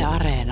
Areena.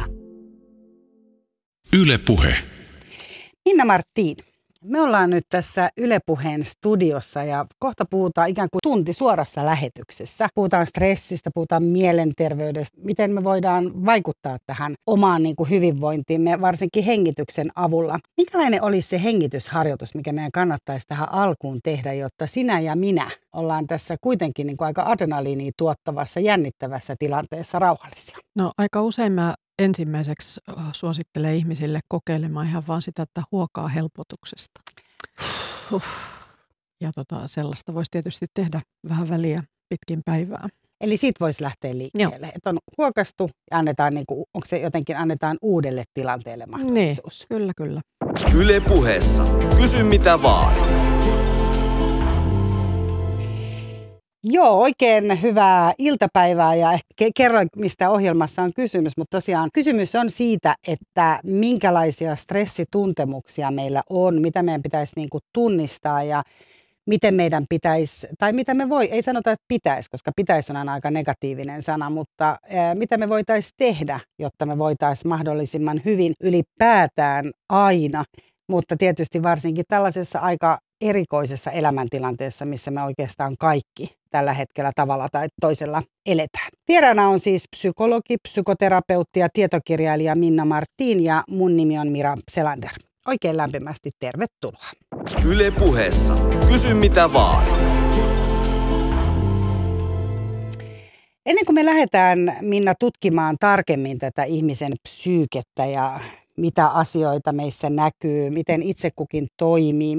Yle Puhe. Minna Martin, me ollaan nyt tässä Yle Puheen studiossa ja kohta puhutaan ikään kuin tunti suorassa lähetyksessä. Puhutaan stressistä, puhutaan mielenterveydestä, miten me voidaan vaikuttaa tähän omaan hyvinvointiimme, varsinkin hengityksen avulla. Minkälainen olisi se hengitysharjoitus, mikä meidän kannattaisi tähän alkuun tehdä, jotta sinä ja minä ollaan tässä kuitenkin aika adrenaliinia tuottavassa, jännittävässä tilanteessa rauhallisia? No aika usein mä ensimmäiseksi suosittelen ihmisille kokeilemaan ihan vaan sitä, että huokaa helpotuksesta. Ja sellaista voisi tietysti tehdä vähän väliä pitkin päivää. Eli siitä voisi lähteä liikkeelle. Että on huokastu ja annetaan, onko se jotenkin annetaan uudelle tilanteelle mahdollisuus? Niin, kyllä. Yle Puheessa. Kysy mitä vaan. Joo, oikein hyvää iltapäivää ja ehkä kerroin, mistä ohjelmassa on kysymys, mutta tosiaan kysymys on siitä, että minkälaisia stressituntemuksia meillä on, mitä meidän pitäisi tunnistaa ja miten meidän pitäisi, tai mitä me ei sanota, että pitäisi, koska pitäisi on aina aika negatiivinen sana, mutta mitä me voitaisiin tehdä, jotta me voitaisiin mahdollisimman hyvin ylipäätään aina, mutta tietysti varsinkin tällaisessa aika erikoisessa elämäntilanteessa, missä me oikeastaan kaikki tällä hetkellä tavalla tai toisella eletään. Vieraana on siis psykologi, psykoterapeutti ja tietokirjailija Minna Martin ja mun nimi on Mira Selander. Oikein lämpimästi tervetuloa. Yle Puheessa. Kysy mitä vaan. Ennen kuin me lähdetään, Minna, tutkimaan tarkemmin tätä ihmisen psyykettä ja mitä asioita meissä näkyy, miten itse kukin toimii,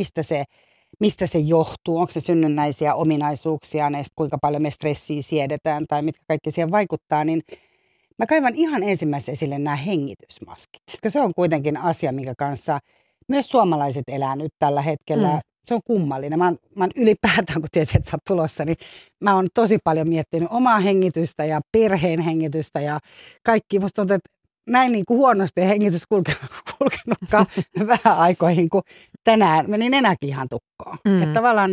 mistä se johtuu, onko se synnynnäisiä ominaisuuksia, kuinka paljon me stressiä siedetään tai mitkä kaikki siihen vaikuttaa, niin mä kaivan ihan ensimmäisen esille nämä hengitysmaskit. Se on kuitenkin asia, minkä kanssa myös suomalaiset elää nyt tällä hetkellä. Se on kummallinen. Mä oon ylipäätään, kun tiesin, että sä oot tulossa, niin mä oon tosi paljon miettinyt omaa hengitystä ja perheen hengitystä ja kaikki. Musta tuntuu, että näin huonosti hengitys kulkenutkaan vähän aikoihin, kun tänään meni nenäkin ihan tukkoon. Että tavallaan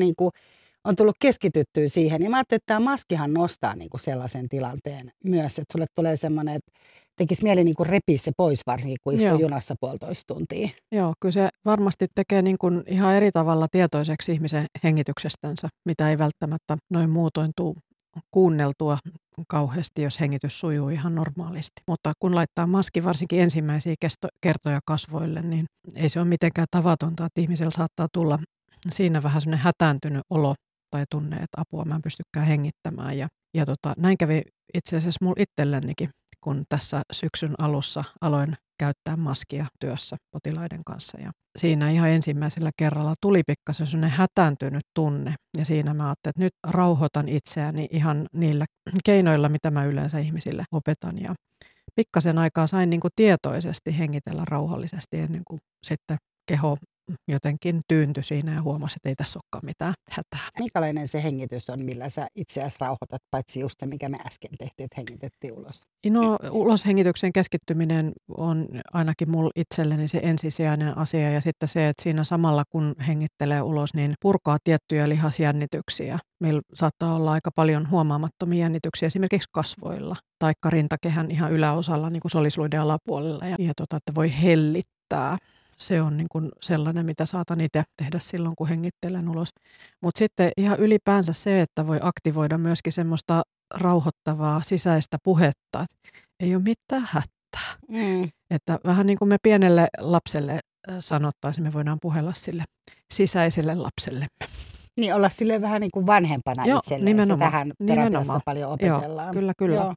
on tullut keskityttyä siihen. Ja mä ajattelin, että tämä maskihan nostaa sellaisen tilanteen myös, että sulle tulee semmoinen, että tekisi mieli repiä se pois, varsinkin kun istuu junassa 1,5 tuntia. Joo, kyllä se varmasti tekee ihan eri tavalla tietoiseksi ihmisen hengityksestänsä, mitä ei välttämättä noin muutoin tule kuunneltua kauheasti, jos hengitys sujuu ihan normaalisti. Mutta kun laittaa maski varsinkin ensimmäisiä kertoja kasvoille, niin ei se ole mitenkään tavatonta, että ihmisellä saattaa tulla siinä vähän semmoinen hätääntynyt olo tai tunne, että apua mä en pystykään hengittämään. Ja näin kävi itse asiassa mulla itsellenikin, kun tässä syksyn alussa aloin käyttää maskia työssä potilaiden kanssa. Ja siinä ihan ensimmäisellä kerralla tuli pikkasen sellainen hätääntynyt tunne. Ja siinä mä ajattelin, että nyt rauhoitan itseäni ihan niillä keinoilla, mitä mä yleensä ihmisille opetan. Ja pikkasen aikaa sain tietoisesti hengitellä rauhallisesti ennen kuin sitten keho jotenkin tyyntyi siinä ja huomasi, että ei tässä olekaan mitään hätää. Minkälainen se hengitys on, millä sä itseäsi rauhoitat, paitsi just se, mikä me äsken tehtiin, että hengitettiin ulos? No, uloshengityksen keskittyminen on ainakin mulla itselleni se ensisijainen asia ja sitten se, että siinä samalla kun hengittelee ulos, niin purkaa tiettyjä lihasjännityksiä. Meillä saattaa olla aika paljon huomaamattomia jännityksiä esimerkiksi kasvoilla tai rintakehän ihan yläosalla, niin kuin solisluiden alapuolella ja että voi hellittää. Se on sellainen, mitä saatan itse tehdä silloin, kun hengittelen ulos. Mutta sitten ihan ylipäänsä se, että voi aktivoida myöskin semmoista rauhoittavaa sisäistä puhetta, että ei ole mitään hätää. Että vähän niin kuin me pienelle lapselle sanottaisiin, me voidaan puhella sille sisäiselle lapsellemme. Niin, olla silleen vähän niin kuin vanhempana itselleen. Nimenomaan. Tähän terapiassa paljon opetellaan. Joo, kyllä. Joo.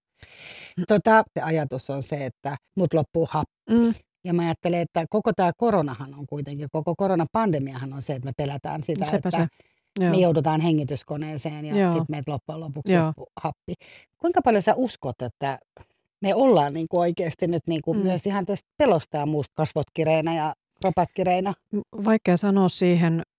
Ajatus on se, että mut loppuu happi. Ja mä ajattelen, että koko tämä koronahan on kuitenkin, koko koronapandemiahan on se, että me pelätään sitä, että me joudutaan hengityskoneeseen ja sitten meitä loppujen lopuksi loppuu happi. Kuinka paljon sä uskot, että me ollaan oikeasti nyt myös ihan tästä pelosta ja muusta kasvot kireinä ja kropat kireinä? Vaikea sanoa siihen.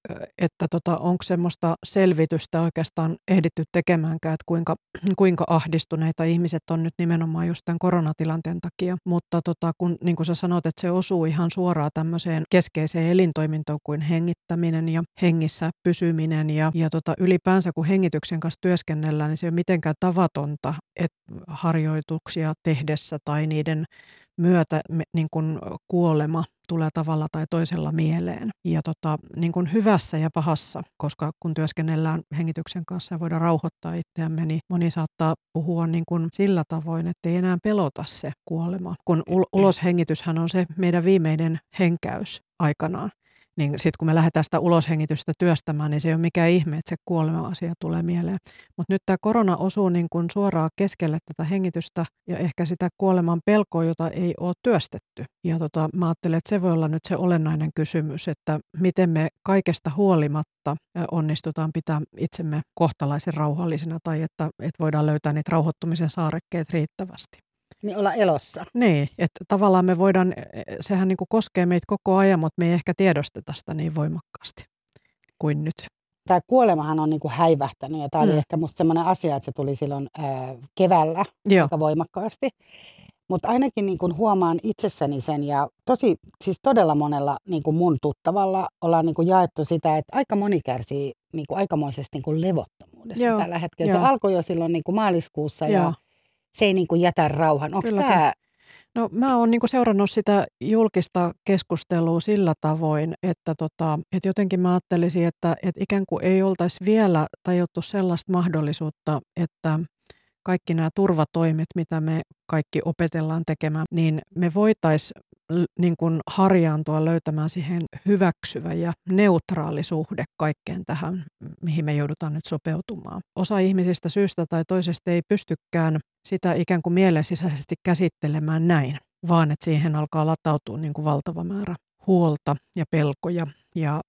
onko semmoista selvitystä oikeastaan ehditty tekemäänkään, että kuinka ahdistuneita ihmiset on nyt nimenomaan just tämän koronatilanteen takia. Mutta kun niin kuin sä sanot, että se osuu ihan suoraan tämmöiseen keskeiseen elintoimintoon kuin hengittäminen ja hengissä pysyminen ja ylipäänsä kun hengityksen kanssa työskennellään, niin se ei ole mitenkään tavatonta, että harjoituksia tehdessä tai niiden myötä niin kuin kuolema tulee tavalla tai toisella mieleen. Ja niin kuin hyvässä ja pahassa, koska kun työskennellään hengityksen kanssa ja voidaan rauhoittaa itseämme, niin moni saattaa puhua niin kuin sillä tavoin, että ei enää pelota se kuolema. Kun uloshengityshän on se meidän viimeinen henkäys aikanaan. Niin sitten kun me lähdetään sitä uloshengitystä työstämään, niin se ei ole mikään ihme, että se kuolema-asia tulee mieleen. Mutta nyt tämä korona osuu niin kuin suoraan keskelle tätä hengitystä ja ehkä sitä kuoleman pelkoa, jota ei ole työstetty. Ja mä ajattelen, että se voi olla nyt se olennainen kysymys, että miten me kaikesta huolimatta onnistutaan pitää itsemme kohtalaisen rauhallisena tai että voidaan löytää niitä rauhoittumisen saarekkeet riittävästi. Niin olla elossa. Niin, että tavallaan me voidaan, sehän niin kuin koskee meitä koko ajan, mutta me ei ehkä tiedosteta sitä niin voimakkaasti kuin nyt. Tämä kuolemahan on niin kuin häivähtänyt ja tämä oli ehkä musta semmoinen asia, että se tuli silloin keväällä aika voimakkaasti. Mutta ainakin niin kuin huomaan itsessäni sen ja siis todella monella niin kuin mun tuttavalla ollaan niin kuin jaettu sitä, että aika moni kärsii niin kuin aikamoisesta niin kuin levottomuudesta tällä hetkellä. Se alkoi jo silloin niin kuin maaliskuussa ja se ei niin kuin jätä rauhan. Onko tämä? No mä oon niinku seurannut sitä julkista keskustelua sillä tavoin, että jotenkin mä ajattelisin, että ikään kuin ei oltaisi vielä tajuttu sellaista mahdollisuutta, että kaikki nämä turvatoimet, mitä me kaikki opetellaan tekemään, niin me voitaisiin niin kuin harjaantua löytämään siihen hyväksyvä ja neutraali suhde kaikkeen tähän, mihin me joudutaan nyt sopeutumaan. Osa ihmisistä syystä tai toisesta ei pystykään sitä ikään kuin mielensisäisesti käsittelemään näin, vaan että siihen alkaa latautua niin kuin valtava määrä huolta ja pelkoja ja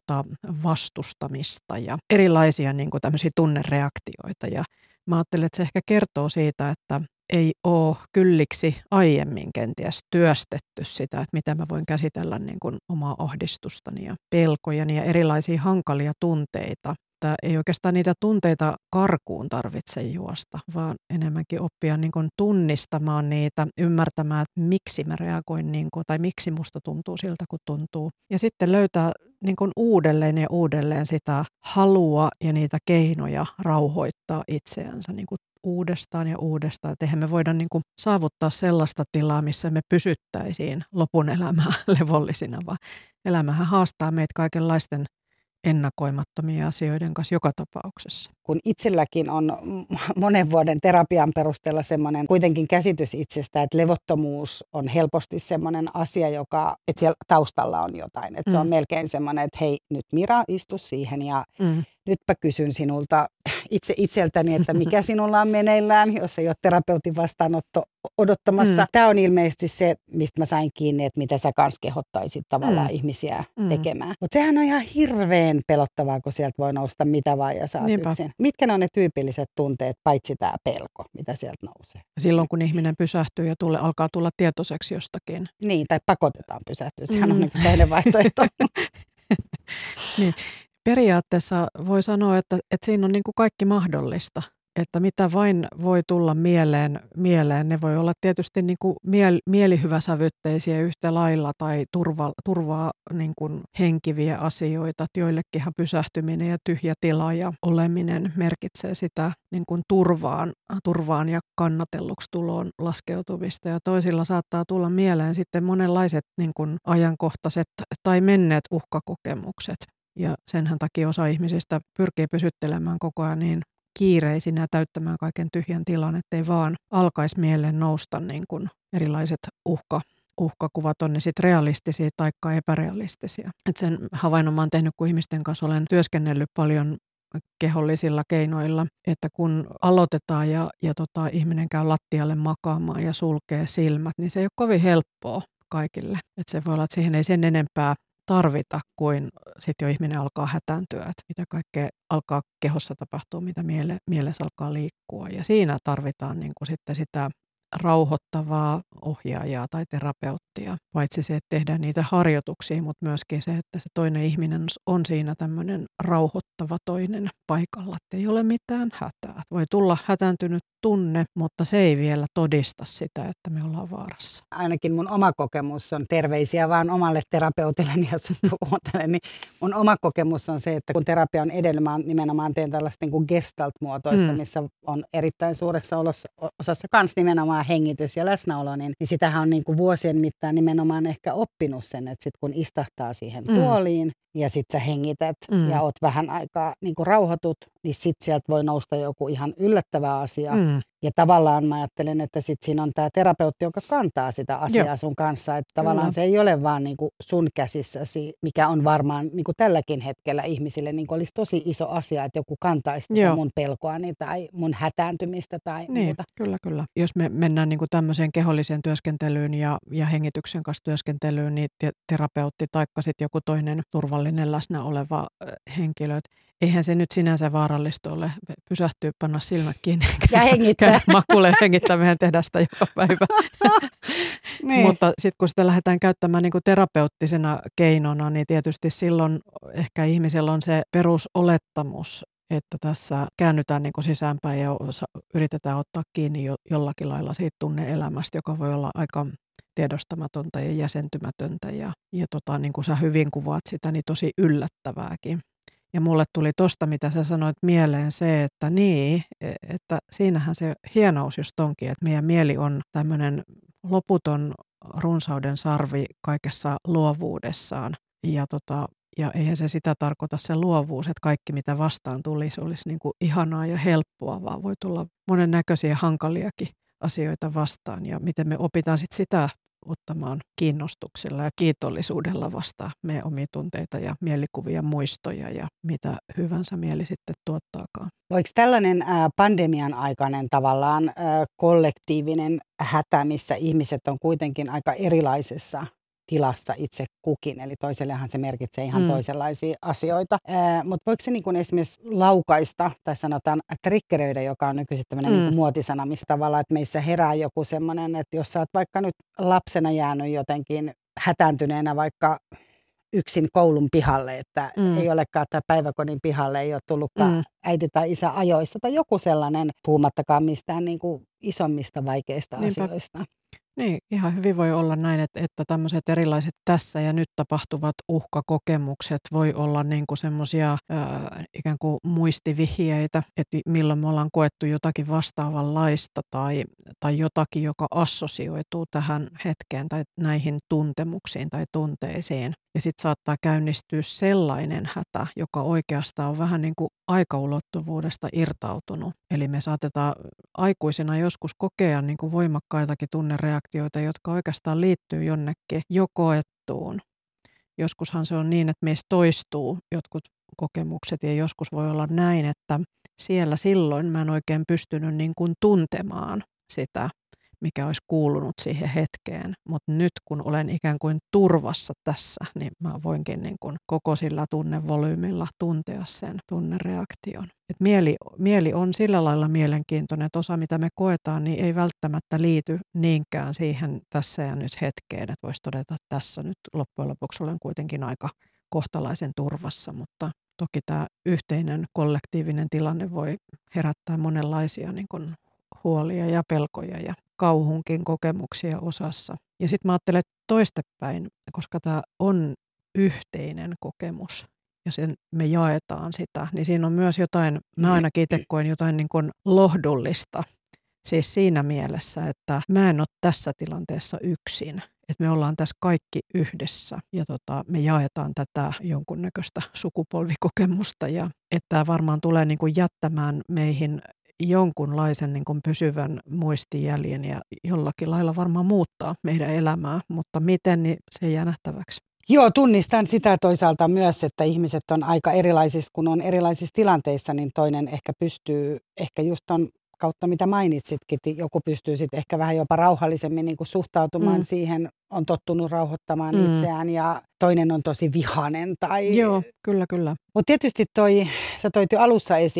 vastustamista ja erilaisia niin kuin tämmöisiä tunnereaktioita. Ja mä ajattelen, että se ehkä kertoo siitä, että ei ole kylliksi aiemmin kenties työstetty sitä, että miten mä voin käsitellä niin kuin omaa ahdistustani ja pelkojani ja erilaisia hankalia tunteita. Että ei oikeastaan niitä tunteita karkuun tarvitse juosta, vaan enemmänkin oppia niin kuin tunnistamaan niitä, ymmärtämään, että miksi mä reagoin niin kuin, tai miksi musta tuntuu siltä, kun tuntuu. Ja sitten löytää niin kuin uudelleen ja uudelleen sitä halua ja niitä keinoja rauhoittaa itseänsä niin kuin uudestaan ja uudestaan. Että eihän me voida niin kuin saavuttaa sellaista tilaa, missä me pysyttäisiin lopun elämää levollisina, vaan elämähän haastaa meitä kaikenlaisten ennakoimattomia asioiden kanssa joka tapauksessa. Kun itselläkin on monen vuoden terapian perusteella semmoinen kuitenkin käsitys itsestä, että levottomuus on helposti semmoinen asia, että siellä taustalla on jotain. Että se on melkein semmoinen, että hei, nyt Mira, istu siihen ja nytpä kysyn sinulta itseltäni, että mikä sinulla on meneillään, jos ei ole terapeutin vastaanotto odottamassa. Tämä on ilmeisesti se, mistä mä sain kiinni, että mitä sä kanssa kehottaisit tavallaan ihmisiä tekemään. Mutta sehän on ihan hirveän pelottavaa, kun sieltä voi nousta mitä vaan ja saat yksin. Mitkä ne on ne tyypilliset tunteet, paitsi tämä pelko, mitä sieltä nousee? Silloin, kun ihminen pysähtyy ja alkaa tulla tietoiseksi jostakin. Niin, tai pakotetaan pysähtyä. Sehän on toinen vaihtoehto. Niin. Periaatteessa voi sanoa, että siinä on niin kuin kaikki mahdollista, että mitä vain voi tulla mieleen. Ne voi olla tietysti niin kuin mielihyväsävytteisiä yhtä lailla tai turvaa niin kuin henkiviä asioita. Että joillekinhan pysähtyminen ja tyhjä tila ja oleminen merkitsee sitä niin kuin turvaan ja kannatelluksi tuloon laskeutumista. Ja toisilla saattaa tulla mieleen sitten monenlaiset niin kuin ajankohtaiset tai menneet uhkakokemukset. Ja senhän takia osa ihmisistä pyrkii pysyttelemään koko ajan niin kiireisinä ja täyttämään kaiken tyhjän tilan, ettei vaan alkaisi mieleen nousta niin kuin erilaiset uhkakuvat, on ne sitten realistisia tai epärealistisia. Et sen havainnon mä oon tehnyt, kun ihmisten kanssa olen työskennellyt paljon kehollisilla keinoilla, että kun aloitetaan ja ihminen käy lattialle makaamaan ja sulkee silmät, niin se ei ole kovin helppoa kaikille. Et se voi olla, että siihen ei sen enempää tarvita, kuin sitten jo ihminen alkaa hätääntyä, että mitä kaikkea alkaa kehossa tapahtua, mitä mielessä alkaa liikkua. Ja siinä tarvitaan niin kuin sitten sitä rauhoittavaa ohjaajaa tai terapeuttia. Paitsi se, että tehdään niitä harjoituksia, mutta myöskin se, että se toinen ihminen on siinä tämmöinen rauhoittava toinen paikalla, että ei ole mitään hätää. Voi tulla hätääntynyt tunne, mutta se ei vielä todista sitä, että me ollaan vaarassa. Ainakin mun oma kokemus on, terveisiä vaan omalle terapeutilleni, jos kuuntelen, niin mun oma kokemus on se, että kun terapia on edellä, mä nimenomaan teen tällaista niin kuin gestalt-muotoista, missä on erittäin suuressa osassa kans nimenomaan hengitys ja läsnäolo, niin sitähän on niin kuin vuosien mittaan nimenomaan ehkä oppinut sen, että sit kun istahtaa siihen tuoliin ja sit sä hengität ja oot vähän aikaa niin kuin rauhoitut, niin sit sieltä voi nousta joku ihan yllättävä asia. Ja tavallaan mä ajattelen, että sit siinä on tämä terapeutti, joka kantaa sitä asiaa sun kanssa. Että tavallaan se ei ole vaan niinku sun käsissäsi, mikä on varmaan niinku tälläkin hetkellä ihmisille niinku olisi tosi iso asia, että joku kantaisi mun pelkoani tai mun hätääntymistä tai muuta. Kyllä. Jos me mennään niinku tämmöiseen keholliseen työskentelyyn ja hengityksen kanssa työskentelyyn, niin terapeutti taikka sitten joku toinen turvallinen läsnä oleva henkilö, eihän se nyt sinänsä vaarallista ole. Pysähtyy, panna silmät kiinni. Ja hengittää. Makuulle hengittää, mehän tehdään sitä joka päivä. Niin. Mutta sitten kun sitä lähdetään käyttämään niin kuin terapeuttisena keinona, niin tietysti silloin ehkä ihmisellä on se perusolettamus, että tässä käännytään niin kuin sisäänpäin ja yritetään ottaa kiinni jollakin lailla siitä tunne-elämästä, joka voi olla aika tiedostamatonta ja jäsentymätöntä. Ja niin kuin sä hyvin kuvaat sitä, niin tosi yllättävääkin. Ja mulle tuli tosta, mitä sä sanoit mieleen se, että siinähän se hienous just onkin, että meidän mieli on tämmöinen loputon runsauden sarvi kaikessa luovuudessaan. Ja eihän se sitä tarkoita se luovuus, että kaikki mitä vastaan tulisi olisi niin kuin ihanaa ja helppoa, vaan voi tulla monennäköisiä hankaliakin asioita vastaan. Ja miten me opitaan sitä ottamaan kiinnostuksella ja kiitollisuudella vastaan meidän omia tunteita ja mielikuvia, muistoja ja mitä hyvänsä mieli sitten tuottaakaan. Voiko tällainen pandemian aikainen tavallaan kollektiivinen hätä, missä ihmiset on kuitenkin aika erilaisessa tilassa itse kukin, eli toisellehan se merkitsee ihan toisenlaisia asioita. Mutta voiko se niin kun esimerkiksi laukaista tai sanotaan triggeröidä, joka on nykyisin tämmöinen niin muotisana, missä tavallaan, että meissä herää joku semmoinen, että jos sä oot vaikka nyt lapsena jäänyt jotenkin hätääntyneenä vaikka yksin koulun pihalle, että ei olekaan tai päiväkodin pihalle, ei ole tullutkaan äiti tai isä ajoissa tai joku sellainen, puhumattakaan mistään niin kuin isommista vaikeista asioista. Niin, ihan hyvin voi olla näin, että tämmöiset erilaiset tässä ja nyt tapahtuvat uhkakokemukset voi olla niin kuin semmoisia ikään kuin muistivihjeitä, että milloin me ollaan koettu jotakin vastaavanlaista tai jotakin, joka assosioituu tähän hetkeen tai näihin tuntemuksiin tai tunteisiin. Ja sitten saattaa käynnistyä sellainen hätä, joka oikeastaan on vähän niin kuin aikaulottuvuudesta irtautunut. Eli me saatetaan aikuisena joskus kokea niin kuin voimakkaitakin tunnereaktioita, jotka oikeastaan liittyy jonnekin jo koettuun. Joskushan se on niin, että meissä toistuu jotkut kokemukset ja joskus voi olla näin, että siellä silloin mä en oikein pystynyt niin kuin tuntemaan sitä, mikä olisi kuulunut siihen hetkeen. Mutta nyt kun olen ikään kuin turvassa tässä, niin mä voinkin niin kuin koko sillä tunnevolyymilla tuntea sen tunnereaktion. Et mieli on sillä lailla mielenkiintoinen, että osa mitä me koetaan, niin ei välttämättä liity niinkään siihen tässä ja nyt hetkeen. Että voisi todeta, että tässä nyt loppujen lopuksi olen kuitenkin aika kohtalaisen turvassa, mutta toki tämä yhteinen kollektiivinen tilanne voi herättää monenlaisia niin kuin huolia ja pelkoja ja kauhunkin kokemuksia osassa. Ja sitten mä ajattelen toistepäin, koska tämä on yhteinen kokemus ja me jaetaan sitä, niin siinä on myös jotain, mä ainakin itse koen jotain niin kuin lohdullista. Siis siinä mielessä, että mä en ole tässä tilanteessa yksin. Että me ollaan tässä kaikki yhdessä ja me jaetaan tätä jonkunnäköistä sukupolvikokemusta ja että tämä varmaan tulee niin kuin jättämään meihin jonkunlaisen niin kuin pysyvän muistijäljen ja jollakin lailla varmaan muuttaa meidän elämää, mutta miten, niin se jää nähtäväksi. Joo, tunnistan sitä toisaalta myös, että ihmiset on aika erilaisissa, kun on erilaisissa tilanteissa, niin toinen ehkä pystyy, ehkä just ton kautta mitä mainitsitkin, joku pystyy sitten ehkä vähän jopa rauhallisemmin niin kuin suhtautumaan siihen, on tottunut rauhoittamaan itseään ja toinen on tosi vihainen. Joo, kyllä. Mutta tietysti sä toit jo alussa esiin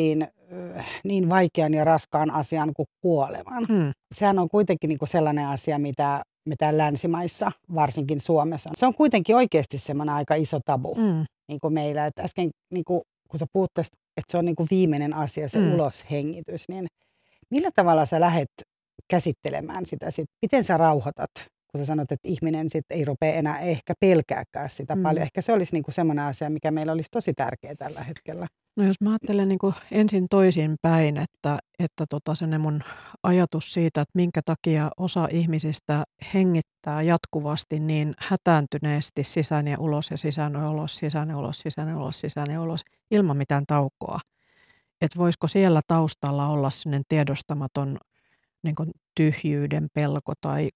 niin vaikean ja raskaan asian kuin kuoleman. Sehän on kuitenkin niin kuin sellainen asia, mitä länsimaissa, varsinkin Suomessa, se on kuitenkin oikeasti semmoinen aika iso tabu niin kuin meillä. Et äsken, niin kuin, kun sä puhut tästä, että se on niin kuin viimeinen asia, se uloshengitys, niin millä tavalla sä lähdet käsittelemään sitä sit? Miten sä rauhoitat, kun sä sanot, että ihminen sit ei rupea enää ehkä pelkääkään sitä paljon. Ehkä se olisi niin kuin semmoinen asia, mikä meillä olisi tosi tärkeä tällä hetkellä. No jos mä ajattelen niin kuin ensin toisinpäin, että se mun ajatus siitä, että minkä takia osa ihmisistä hengittää jatkuvasti niin hätääntyneesti sisään ja ulos ja sisään ja ulos, sisään ja ulos, sisään ja ulos, sisään ja ulos, ilman mitään taukoa. Että voisiko siellä taustalla olla sellainen tiedostamaton niin kuin tyhjyyden pelko tai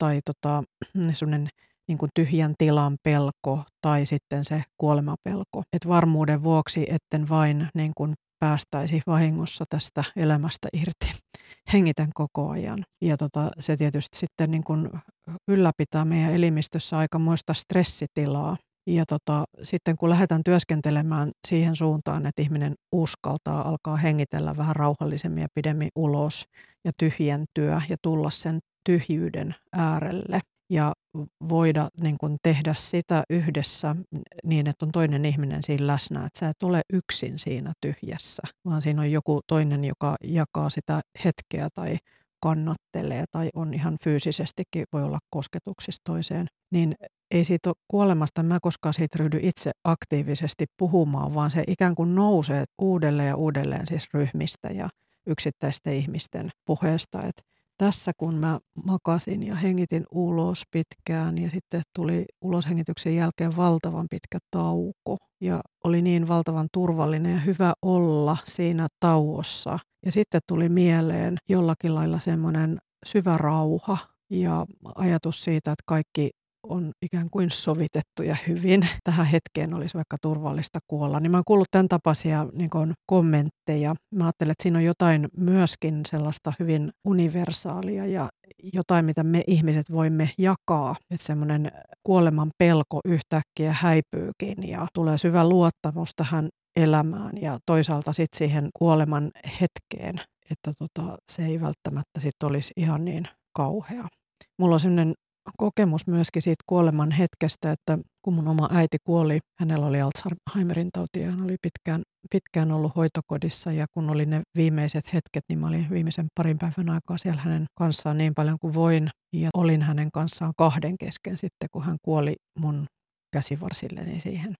sellainen niin kuin tyhjän tilan pelko tai sitten se kuolemapelko. Että varmuuden vuoksi etten vain niin kuin päästäisi vahingossa tästä elämästä irti. Hengitän koko ajan. Ja se tietysti sitten niin kuin ylläpitää meidän elimistössä aikamoista stressitilaa. Ja sitten kun lähdetään työskentelemään siihen suuntaan, että ihminen uskaltaa alkaa hengitellä vähän rauhallisemmin ja pidemmin ulos ja tyhjentyä ja tulla sen tyhjyyden äärelle ja voida niin kuin tehdä sitä yhdessä niin, että on toinen ihminen siinä läsnä, että sä et ole yksin siinä tyhjässä, vaan siinä on joku toinen, joka jakaa sitä hetkeä tai kannattelee tai on ihan fyysisestikin, voi olla kosketuksissa toiseen, niin ei siitä kuolemasta, mä koskaan siitä ryhdy itse aktiivisesti puhumaan, vaan se ikään kuin nousee uudelleen ja uudelleen siis ryhmistä ja yksittäisten ihmisten puheesta. Että tässä kun mä makasin ja hengitin ulos pitkään ja sitten tuli uloshengityksen jälkeen valtavan pitkä tauko ja oli niin valtavan turvallinen ja hyvä olla siinä tauossa. Ja sitten tuli mieleen jollakin lailla semmoinen syvä rauha ja ajatus siitä, että kaikki on ikään kuin sovitettu ja hyvin. Tähän hetkeen olisi vaikka turvallista kuolla. Niin mä oon kuullut tämän tapaisia niin kuin kommentteja. Mä ajattelen, että siinä on jotain myöskin sellaista hyvin universaalia ja jotain, mitä me ihmiset voimme jakaa. Että semmoinen kuoleman pelko yhtäkkiä häipyykin ja tulee syvä luottamus tähän elämään ja toisaalta sitten siihen kuoleman hetkeen, että se ei välttämättä sitten olisi ihan niin kauhea. Mulla on sellainen kokemus myöskin siitä kuoleman hetkestä, että kun mun oma äiti kuoli, hänellä oli Alzheimerin tauti ja hän oli pitkään ollut hoitokodissa ja kun oli ne viimeiset hetket, niin mä olin viimeisen parin päivän aikaa siellä hänen kanssaan niin paljon kuin voin ja olin hänen kanssaan kahden kesken sitten, kun hän kuoli mun käsivarsilleni siihen.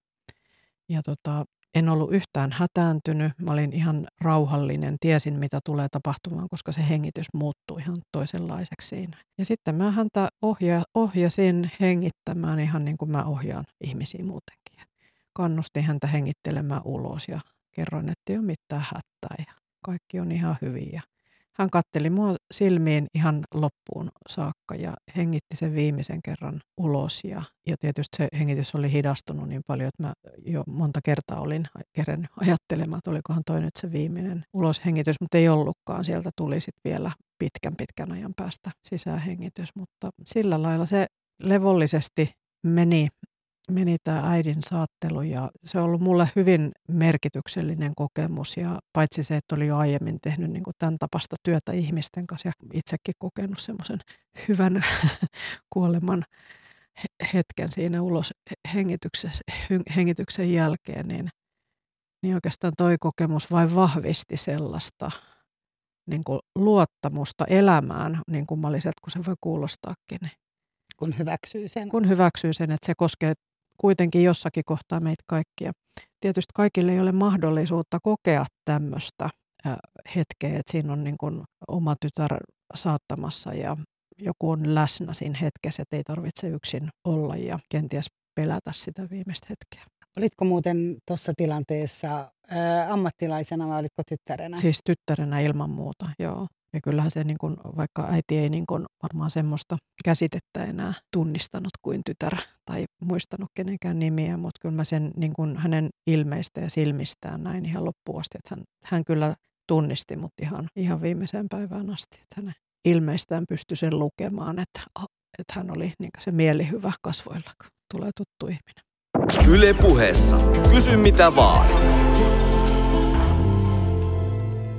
Ja en ollut yhtään hätääntynyt, mä olin ihan rauhallinen, tiesin mitä tulee tapahtumaan, koska se hengitys muuttui ihan toisenlaiseksi siinä. Ja sitten mä häntä ohjasin hengittämään ihan niin kuin mä ohjaan ihmisiä muutenkin. Kannustin häntä hengittelemään ulos ja kerroin, että ei ole mitään hätää ja kaikki on ihan hyvin. Ja hän katteli mua silmiin ihan loppuun saakka ja hengitti sen viimeisen kerran ulos. Ja tietysti se hengitys oli hidastunut niin paljon, että mä jo monta kertaa olin kerennyt ajattelemaan, että olikohan toi nyt se viimeinen uloshengitys, mutta ei ollutkaan. Sieltä tuli sitten vielä pitkän ajan päästä sisäänhengitys, mutta sillä lailla se levollisesti meni tämä äidin saattelu ja se on ollut mulle hyvin merkityksellinen kokemus ja paitsi se, että oli jo aiemmin tehnyt niin kuin tämän tapasta työtä ihmisten kanssa ja itsekin kokenut semmoisen hyvän kuoleman hetken siinä ulos hengityksen jälkeen, niin oikeastaan toi kokemus vain vahvisti sellaista niin kuin luottamusta elämään, niin kummalliselta kuin se voi kuulostaakin. Kun hyväksyy sen. Kun hyväksyy sen, että se koskee kuitenkin jossakin kohtaa meitä kaikkia. Tietysti kaikille ei ole mahdollisuutta kokea tämmöistä hetkeä, että siinä on niin kuin oma tytär saattamassa ja joku on läsnä siinä hetkessä, että ei tarvitse yksin olla ja kenties pelätä sitä viimeistä hetkeä. Olitko muuten tuossa tilanteessa ammattilaisena vai olitko tyttärenä? Siis tyttärenä ilman muuta, joo. Ja kyllähän se, niin kun, vaikka äiti ei niin kun varmaan semmoista käsitettä enää tunnistanut kuin tytär tai muistanut kenenkään nimiä, mutta kyllä mä sen niin kun hänen ilmeistä ja silmistään näin ihan loppuun asti, että hän kyllä tunnisti mut ihan viimeiseen päivään asti, että hänen ilmeistään pystyi sen lukemaan, että hän oli niin se mielihyvä kasvoilla, kun tulee tuttu ihminen. Yle Puheessa. Kysy mitä vaan.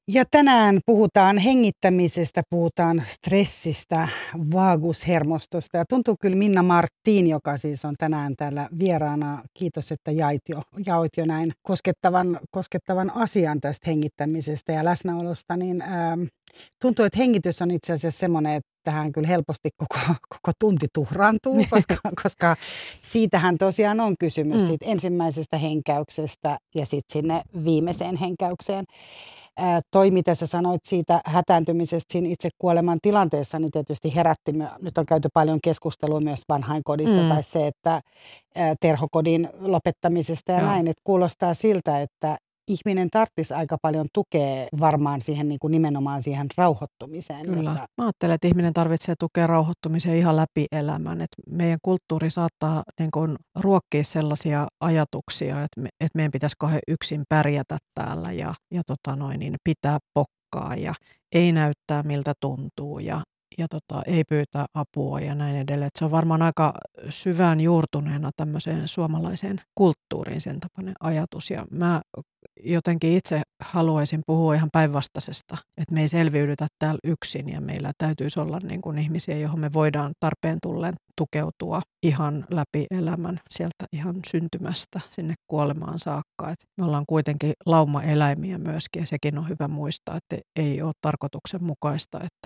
Ja tänään puhutaan hengittämisestä, puhutaan stressistä, vaagushermostosta. Ja tuntuu kyllä Minna Martin, joka siis on tänään täällä vieraana. Kiitos, että jaoit jo näin koskettavan asian tästä hengittämisestä ja läsnäolosta. Niin, tuntuu, että hengitys on itse asiassa semmoinen, että tähän kyllä helposti koko tunti tuhraantuu, koska siitähän tosiaan on kysymys siitä ensimmäisestä henkäyksestä ja sitten sinne viimeiseen henkäykseen. Toi, mitä sä sanoit siitä hätääntymisestä siinä itse kuoleman tilanteessa, niin tietysti herätti. Nyt on käyty paljon keskustelua myös vanhainkodissa tai se, että terhokodin lopettamisesta ja näin. Että kuulostaa siltä, että ihminen tarvitsisi aika paljon tukea varmaan siihen niin kuin nimenomaan siihen rauhoittumiseen. Kyllä. Mä ajattelen, että ihminen tarvitsee tukea rauhoittumiseen ihan läpi elämän. Et meidän kulttuuri saattaa niin kuin ruokkia sellaisia ajatuksia, että meidän pitäisi kauhean yksin pärjätä täällä ja niin pitää pokkaa ja ei näyttää miltä tuntuu ja ei pyytää apua ja näin edelleen. Et se on varmaan aika syvään juurtuneena tämmöiseen suomalaiseen kulttuuriin sen tapainen ajatus. Ja mä jotenkin itse haluaisin puhua ihan päinvastaisesta, että me ei selviydytä täällä yksin ja meillä täytyisi olla niin kuin ihmisiä, johon me voidaan tarpeen tulleen tukeutua ihan läpi elämän sieltä ihan syntymästä sinne kuolemaan saakka. Et me ollaan kuitenkin lauma-eläimiä myöskin ja sekin on hyvä muistaa, että ei ole tarkoituksenmukaista, että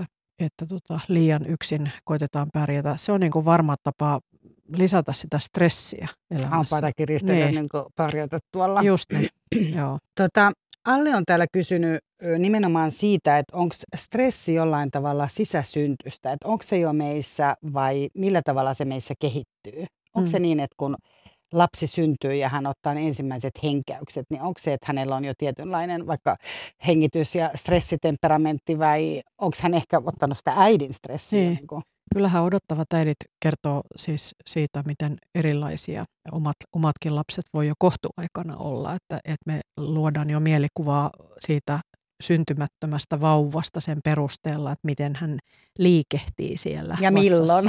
liian yksin koitetaan pärjätä. Se on niin kuin varma tapa lisätä sitä stressiä elämässä. Hampaita kiristellä niin kuin pärjätä tuolla. Just niin, joo. Alle on täällä kysynyt nimenomaan siitä, että onko stressi jollain tavalla sisäsyntystä, että onko se jo meissä vai millä tavalla se meissä kehittyy? Onko se niin, että kun lapsi syntyy ja hän ottaa ne ensimmäiset henkäykset, niin onko se, että hänellä on jo tietynlainen vaikka hengitys- ja stressitemperamentti vai onko hän ehkä ottanut sitä äidin stressiä? Niin. Kyllähän odottavat äidit kertoo siis siitä, miten erilaisia omatkin lapset voi jo kohtuaikana olla, että me luodaan jo mielikuvaa siitä syntymättömästä vauvasta sen perusteella, että miten hän liikehtii siellä. Ja milloin.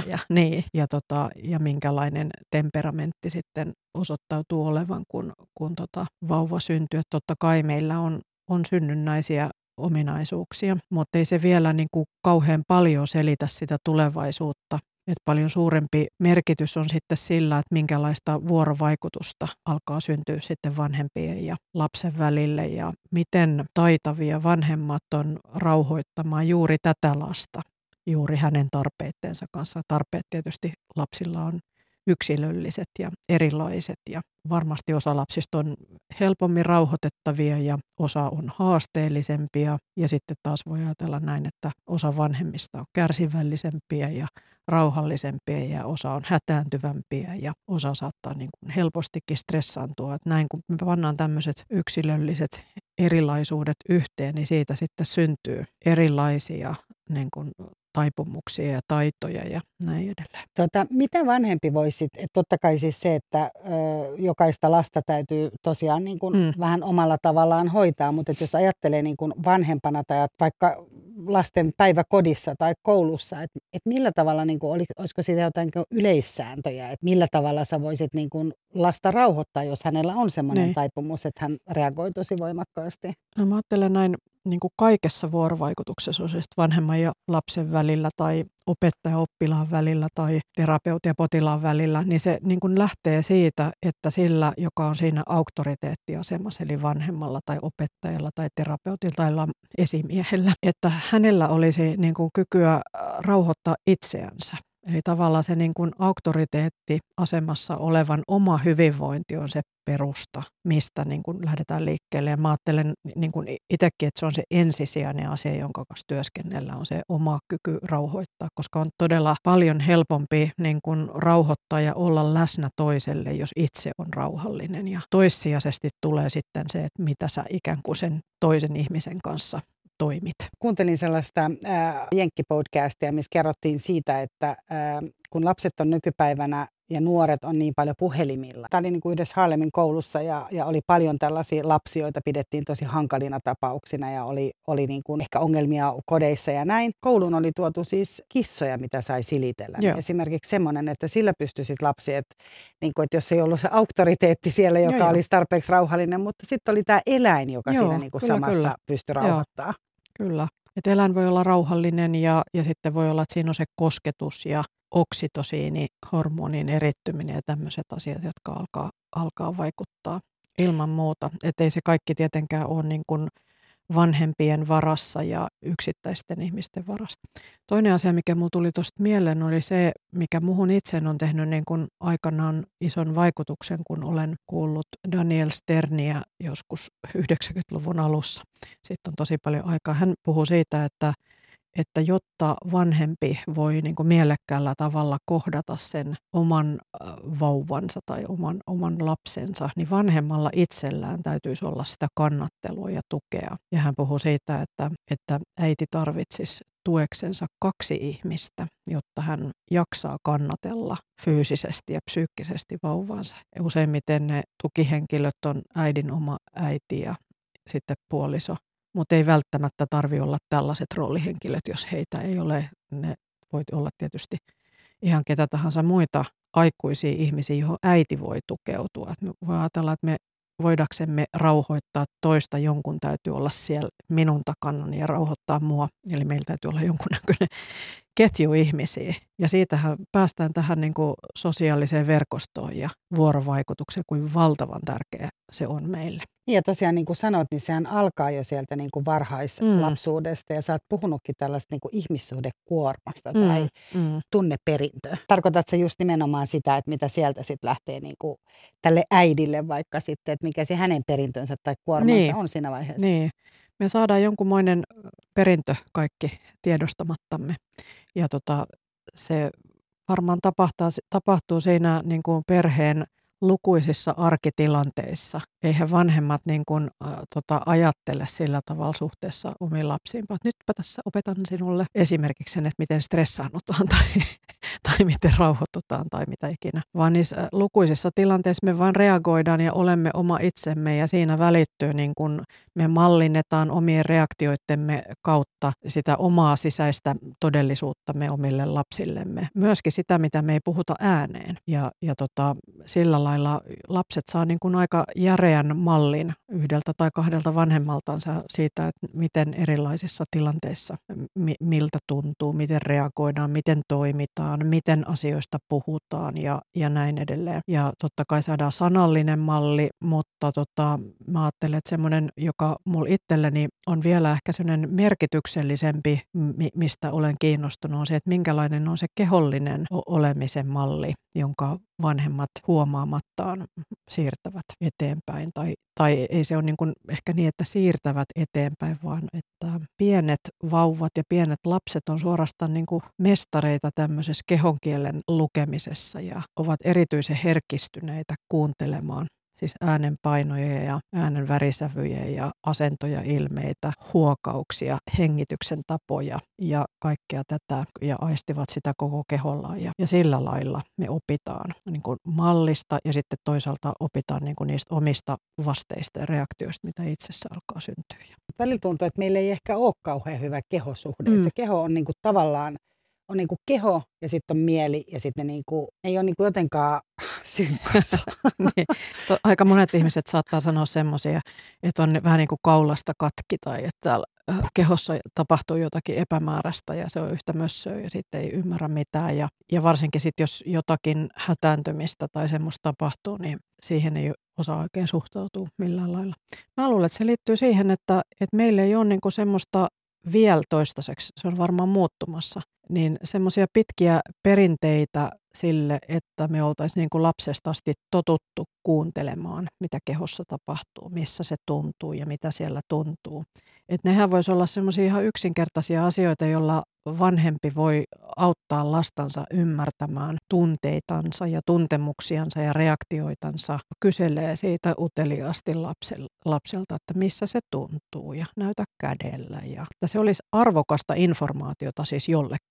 Ja minkälainen temperamentti sitten osoittautuu olevan, kun vauva syntyy. Että totta kai meillä on synnynnäisiä ominaisuuksia, mutta ei se vielä niin kuin kauhean paljon selitä sitä tulevaisuutta. Että paljon suurempi merkitys on sitten sillä, että minkälaista vuorovaikutusta alkaa syntyä sitten vanhempien ja lapsen välille ja miten taitavia vanhemmat on rauhoittamaan juuri tätä lasta, juuri hänen tarpeittensa kanssa. Tarpeet tietysti lapsilla on yksilölliset ja erilaiset ja varmasti osa lapsista on helpommin rauhoitettavia ja osa on haasteellisempia ja sitten taas voi ajatella näin, että osa vanhemmista on kärsivällisempiä ja rauhallisempia ja osa on hätääntyvämpiä ja osa saattaa niin kuin helpostikin stressaantua. Että näin kun me pannaan tämmöiset yksilölliset erilaisuudet yhteen, niin siitä sitten syntyy erilaisia niin kuin taipumuksia ja taitoja ja näin edelleen. Mitä vanhempi voisi, että totta kai siis se, että jokaista lasta täytyy tosiaan niin kuin vähän omalla tavallaan hoitaa, mutta jos ajattelee niin kuin vanhempana tai vaikka lasten päiväkodissa tai koulussa, että millä tavalla, niin kuin, olisiko siitä jotain yleissääntöjä, että millä tavalla sä voisit niin kuin lasta rauhoittaa, jos hänellä on semmoinen taipumus, että hän reagoi tosi voimakkaasti? No, mä ajattelen näin niin kuin kaikessa vuorovaikutuksessa, on se vanhemman ja lapsen välillä tai opettaja-oppilaan välillä tai terapeutin ja potilaan välillä, niin se niin kuin lähtee siitä, että sillä, joka on siinä auktoriteettiasemassa, eli vanhemmalla tai opettajalla tai terapeutilla tai esimiehellä, että hänellä olisi niin kuin kykyä rauhoittaa itseänsä. Eli tavallaan se niin kuin auktoriteettiasemassa olevan oma hyvinvointi on se perusta, mistä niin kuin lähdetään liikkeelle. Ja mä ajattelen niin kuin itsekin, että se on se ensisijainen asia, jonka kanssa työskennellä on se oma kyky rauhoittaa, koska on todella paljon helpompi niin kuin rauhoittaa ja olla läsnä toiselle, jos itse on rauhallinen. Ja toissijaisesti tulee sitten se, että mitä sä ikään kuin sen toisen ihmisen kanssa toimit. Kuuntelin sellaista jenkkipodcastia, missä kerrottiin siitä, että kun lapset on nykypäivänä ja nuoret on niin paljon puhelimilla. Tämä oli niin kuin yhdessä Harlemin koulussa ja oli paljon tällaisia lapsia, joita pidettiin tosi hankalina tapauksina ja oli niin kuin ehkä ongelmia kodeissa ja näin. Kouluun oli tuotu siis kissoja, mitä sai silitellä. Esimerkiksi semmoinen, että sillä pystyi sit lapsi, että jos ei ollut se auktoriteetti siellä, joka olisi tarpeeksi rauhallinen, mutta sitten oli tämä eläin, joka siinä niin kuin samassa pystyi rauhoittamaan. Kyllä. Että eläin voi olla rauhallinen ja sitten voi olla, että siinä on se kosketus ja oksitosiinihormonin erittyminen ja tämmöiset asiat, jotka alkaa vaikuttaa ilman muuta. Että ei se kaikki tietenkään ole niin kuin vanhempien varassa ja yksittäisten ihmisten varassa. Toinen asia, mikä mulle tuli tuosta mieleen, oli se, mikä muhun itseen on tehnyt niin kuin aikanaan ison vaikutuksen, kun olen kuullut Daniel Sterniä joskus 90-luvun alussa. Siitä on tosi paljon aikaa. Hän puhuu siitä, että jotta vanhempi voi niin kuin mielekkäällä tavalla kohdata sen oman vauvansa tai oman lapsensa, niin vanhemmalla itsellään täytyisi olla sitä kannattelua ja tukea. Ja hän puhuu siitä, että äiti tarvitsisi tueksensa 2 ihmistä, jotta hän jaksaa kannatella fyysisesti ja psyykkisesti vauvansa. Ja useimmiten ne tukihenkilöt on äidin oma äiti ja sitten puoliso. Mutta ei välttämättä tarvitse olla tällaiset roolihenkilöt, jos heitä ei ole. Ne voi olla tietysti ihan ketä tahansa muita aikuisia ihmisiä, johon äiti voi tukeutua. Et me voi ajatella, että me voidaksemme rauhoittaa toista, jonkun täytyy olla siellä minun takanani ja rauhoittaa mua. Eli meillä täytyy olla jonkunnäköinen ketju ihmisiä. Ja siitähän päästään tähän niin kuin sosiaaliseen verkostoon ja vuorovaikutukseen, kuin valtavan tärkeä se on meille. Ja tosiaan niin kuin sanot, niin sehän alkaa jo sieltä niin kuin varhaislapsuudesta ja sä oot puhunutkin tällaista niin kuin ihmissuhdekuormasta tai tunneperintöä. Tarkoitatko just nimenomaan sitä, että mitä sieltä sitten lähtee niin kuin tälle äidille vaikka sitten, että mikä se hänen perintönsä tai kuormansa on siinä vaiheessa? Niin, me saadaan jonkunmoinen perintö kaikki tiedostamattamme ja se varmaan tapahtuu siinä niin kuin perheen lukuisissa arkitilanteissa. Eihän vanhemmat niin kuin, ajattele sillä tavalla suhteessa omiin lapsiin, että nytpä tässä opetan sinulle esimerkiksi sen, että miten stressaannutaan tai miten rauhoitutaan tai mitä ikinä. Vaan niissä lukuisissa tilanteissa me vain reagoidaan ja olemme oma itsemme ja siinä välittyy niin kuin me mallinnetaan omien reaktioittemme kautta sitä omaa sisäistä todellisuuttamme omille lapsillemme. Myöskin sitä, mitä me ei puhuta ääneen ja sillä lailla lapset saa niin kuin aika järeän mallin 1 tai 2 vanhemmaltansa siitä, että miten erilaisissa tilanteissa, miltä tuntuu, miten reagoidaan, miten toimitaan, miten asioista puhutaan ja näin edelleen. Ja totta kai saadaan sanallinen malli, mutta mä ajattelen, että semmoinen, joka mulla itselleni on vielä ehkä semmoinen merkityksellisempi, mistä olen kiinnostunut, on se, että minkälainen on se kehollinen olemisen malli, jonka vanhemmat huomaamattaan siirtävät eteenpäin. Tai ei se ole niin kuin ehkä niin, että siirtävät eteenpäin, vaan että pienet vauvat ja pienet lapset on suorastaan niin kuin mestareita tämmöisessä kehonkielen lukemisessa ja ovat erityisen herkistyneitä kuuntelemaan. Siis äänenpainoja ja äänen värisävyjä ja asentoja, ilmeitä, huokauksia, hengityksen tapoja ja kaikkea tätä ja aistivat sitä koko kehollaan. Ja sillä lailla me opitaan niin kuin mallista ja sitten toisaalta opitaan niin kuin niistä omista vasteista ja reaktioista, mitä itsessä alkaa syntyä. Välillä tuntuu, että meillä ei ehkä ole kauhean hyvä kehosuhde. Että se keho on niin kuin tavallaan on niin kuin keho ja sitten on mieli ja sitten niin kuin, ei ole niin kuin jotenkaan synkassa. Niin. Aika monet ihmiset saattaa sanoa semmoisia, että on vähän niin kuin kaulasta katki tai että kehossa tapahtuu jotakin epämääräistä ja se on yhtä mössöä ja sitten ei ymmärrä mitään. Ja varsinkin sitten, jos jotakin hätääntymistä tai semmoista tapahtuu, niin siihen ei osaa oikein suhtautua millään lailla. Mä luulen, että se liittyy siihen, että meillä ei ole niin kuin semmoista vielä toistaiseksi, se on varmaan muuttumassa, niin semmoisia pitkiä perinteitä sille, että me oltaisiin niin kuin lapsesta asti totuttu kuuntelemaan, mitä kehossa tapahtuu, missä se tuntuu ja mitä siellä tuntuu. Että nehän voisi olla semmoisia ihan yksinkertaisia asioita, joilla vanhempi voi auttaa lastansa ymmärtämään tunteitansa ja tuntemuksiansa ja reaktioitansa. Kyselee siitä uteliaasti lapselta, että missä se tuntuu ja näytä kädellä. Ja että se olisi arvokasta informaatiota siis jollekin.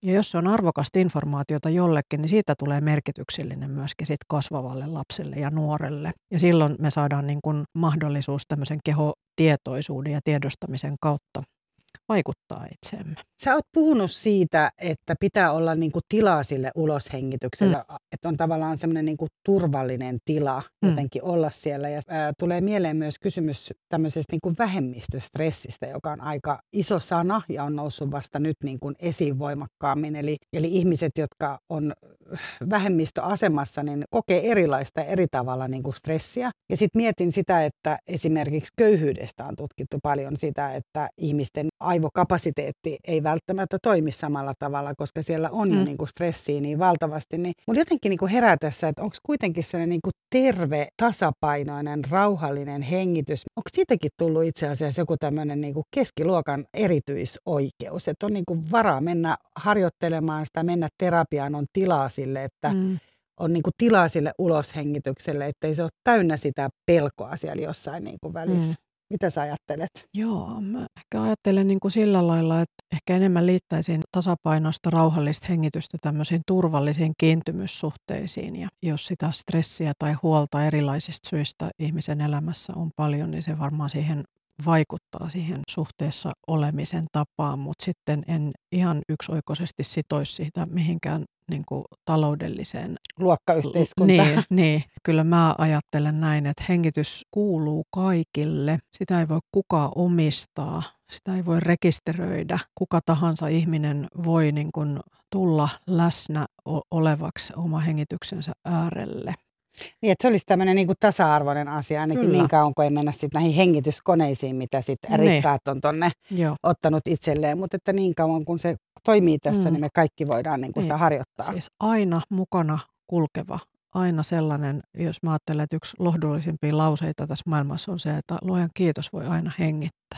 Ja jos se on arvokasta informaatiota jollekin, niin siitä tulee merkityksellinen myöskin sit kasvavalle lapselle ja nuorelle. Ja silloin me saadaan niin kuin mahdollisuus tämmöisen kehotietoisuuden ja tiedostamisen kautta vaikuttaa itseemme. Sä oot puhunut siitä, että pitää olla niinku tilaa sille uloshengitykselle, että on tavallaan semmoinen niinku turvallinen tila jotenkin olla siellä. Ja tulee mieleen myös kysymys tämmöisestä niinku vähemmistöstressistä, joka on aika iso sana ja on noussut vasta nyt niinku esiin voimakkaammin. Eli ihmiset, jotka on vähemmistöasemassa, niin kokee erilaista ja eri tavalla niinku stressiä. Ja sitten mietin sitä, että esimerkiksi köyhyydestä on tutkittu paljon sitä, että ihmisten aivokapasiteetti ei välttämättä toimi samalla tavalla, koska siellä on jo niinku stressiä niin valtavasti. Niin mulla jotenkin niinku herää tässä, että onko kuitenkin sellainen niinku terve, tasapainoinen, rauhallinen hengitys. Onko siitäkin tullut itse asiassa joku tämmöinen niinku keskiluokan erityisoikeus, että on niinku varaa mennä harjoittelemaan sitä, mennä terapiaan, on tilaa sille, että on niinku tilaa sille uloshengitykselle, ettei se ole täynnä sitä pelkoa siellä jossain niinku välissä. Mitä sä ajattelet? Joo, mä ehkä ajattelen niin kuin sillä lailla, että ehkä enemmän liittäisin tasapainoista rauhallista hengitystä tämmöisiin turvallisiin kiintymyssuhteisiin. Ja jos sitä stressiä tai huolta erilaisista syistä ihmisen elämässä on paljon, niin se varmaan siihen vaikuttaa siihen suhteessa olemisen tapaan, mutta sitten en ihan yksioikoisesti sitoisi siitä mihinkään niin kuin taloudelliseen luokkayhteiskuntaan. Niin. Kyllä mä ajattelen näin, että hengitys kuuluu kaikille. Sitä ei voi kukaan omistaa, sitä ei voi rekisteröidä. Kuka tahansa ihminen voi niin kuin tulla läsnä olevaksi oma hengityksensä äärelle. Niin, että se olisi tämmöinen niin kuin tasa-arvoinen asia, ainakin niin kauan, kun ei mennä sitten näihin hengityskoneisiin, mitä sitten rikkaat on tonne ottanut itselleen. Mutta että niin kauan, kun se toimii tässä, niin me kaikki voidaan niin kuin sitä harjoittaa. Siis aina mukana kulkeva, aina sellainen, jos mä ajattelen, että yksi lohdullisimpia lauseita tässä maailmassa on se, että luojan kiitos voi aina hengittää.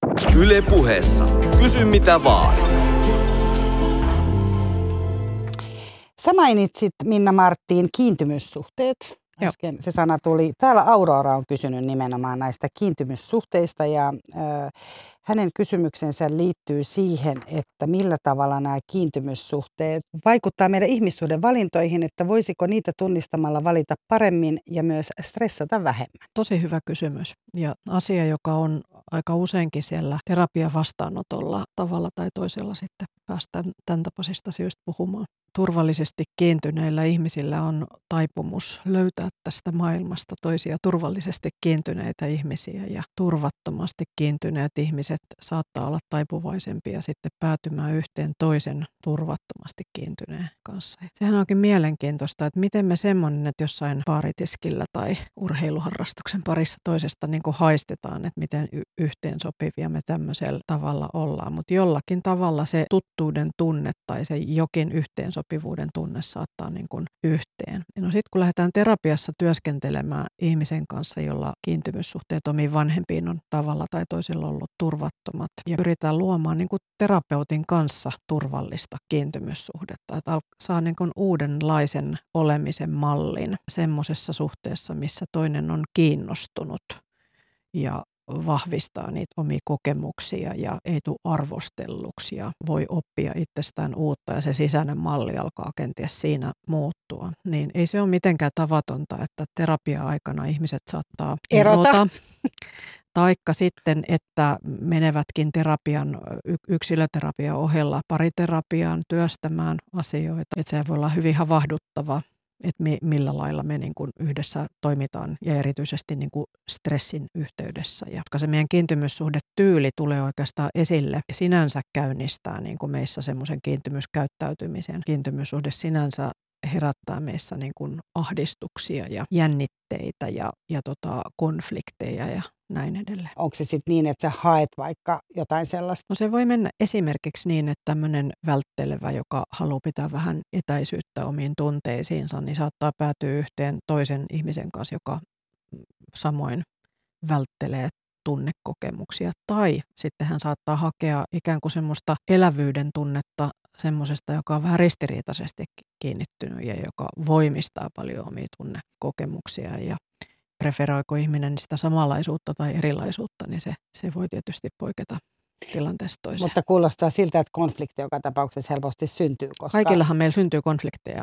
Yle Puheessa. Kysy mitä vaan. Sä mainitsit, Minna Marttiin, kiintymyssuhteet. Äsken se sana tuli. Täällä Aurora on kysynyt nimenomaan näistä kiintymyssuhteista ja hänen kysymyksensä liittyy siihen, että millä tavalla nämä kiintymyssuhteet vaikuttaa meidän ihmissuhden valintoihin, että voisiko niitä tunnistamalla valita paremmin ja myös stressata vähemmän. Tosi hyvä kysymys ja asia, joka on aika useinkin siellä terapian vastaanotolla tavalla tai toisella sitten päästään tämän tapaisista syystä puhumaan. Turvallisesti kiintyneillä ihmisillä on taipumus löytää tästä maailmasta toisia turvallisesti kiintyneitä ihmisiä ja turvattomasti kiintyneet ihmiset saattaa olla taipuvaisempia sitten päätymään yhteen toisen turvattomasti kiintyneen kanssa. Sehän onkin mielenkiintoista, että miten me semmoinen, että jossain baaritiskillä tai urheiluharrastuksen parissa toisesta niin kuin haistetaan, että miten yhteensopivia me tämmöisellä tavalla ollaan, mutta jollakin tavalla se tuttuuden tunne tai se jokin yhteensopivuuden tunne saattaa niin kuin yhteen. No sitten kun lähdetään terapiassa työskentelemään ihmisen kanssa, jolla kiintymyssuhteet omiin vanhempiin on tavalla tai toisella ollut turvattomat ja pyritään luomaan niin kuin terapeutin kanssa turvallista kiintymyssuhdetta, että saa niin kuin uudenlaisen olemisen mallin semmoisessa suhteessa, missä toinen on kiinnostunut ja vahvistaa niitä omia kokemuksia ja ei tule arvostelluksi ja voi oppia itsestään uutta ja se sisäinen malli alkaa kenties siinä muuttua. Niin ei se ole mitenkään tavatonta, että terapia-aikana ihmiset saattaa erota. Taikka sitten, että menevätkin yksilöterapian ohella pariterapiaan työstämään asioita. Että se voi olla hyvin havahduttava, että millä lailla me niin kuin yhdessä toimitaan ja erityisesti niin kuin stressin yhteydessä. Ja koska se meidän kiintymyssuhdetyyli tulee oikeastaan esille ja sinänsä käynnistää niin kuin meissä semmoisen kiintymyskäyttäytymisen. Kiintymyssuhde sinänsä herättää meissä niin kuin ahdistuksia ja jännitteitä ja konflikteja ja näin edelleen. Onko se sitten niin, että sä haet vaikka jotain sellaista? No se voi mennä esimerkiksi niin, että tämmöinen välttelevä, joka haluaa pitää vähän etäisyyttä omiin tunteisiinsa, niin saattaa päätyä yhteen toisen ihmisen kanssa, joka samoin välttelee tunnekokemuksia. Tai sitten hän saattaa hakea ikään kuin semmoista elävyyden tunnetta semmoisesta, joka on vähän ristiriitaisesti kiinnittynyt ja joka voimistaa paljon omia tunnekokemuksia ja preferoiko ihminen sitä samanlaisuutta tai erilaisuutta, niin se voi tietysti poiketa tilanteesta toiseen. Mutta kuulostaa siltä, että konflikti joka tapauksessa helposti syntyy, koska Kaikillahan meillä syntyy konflikteja.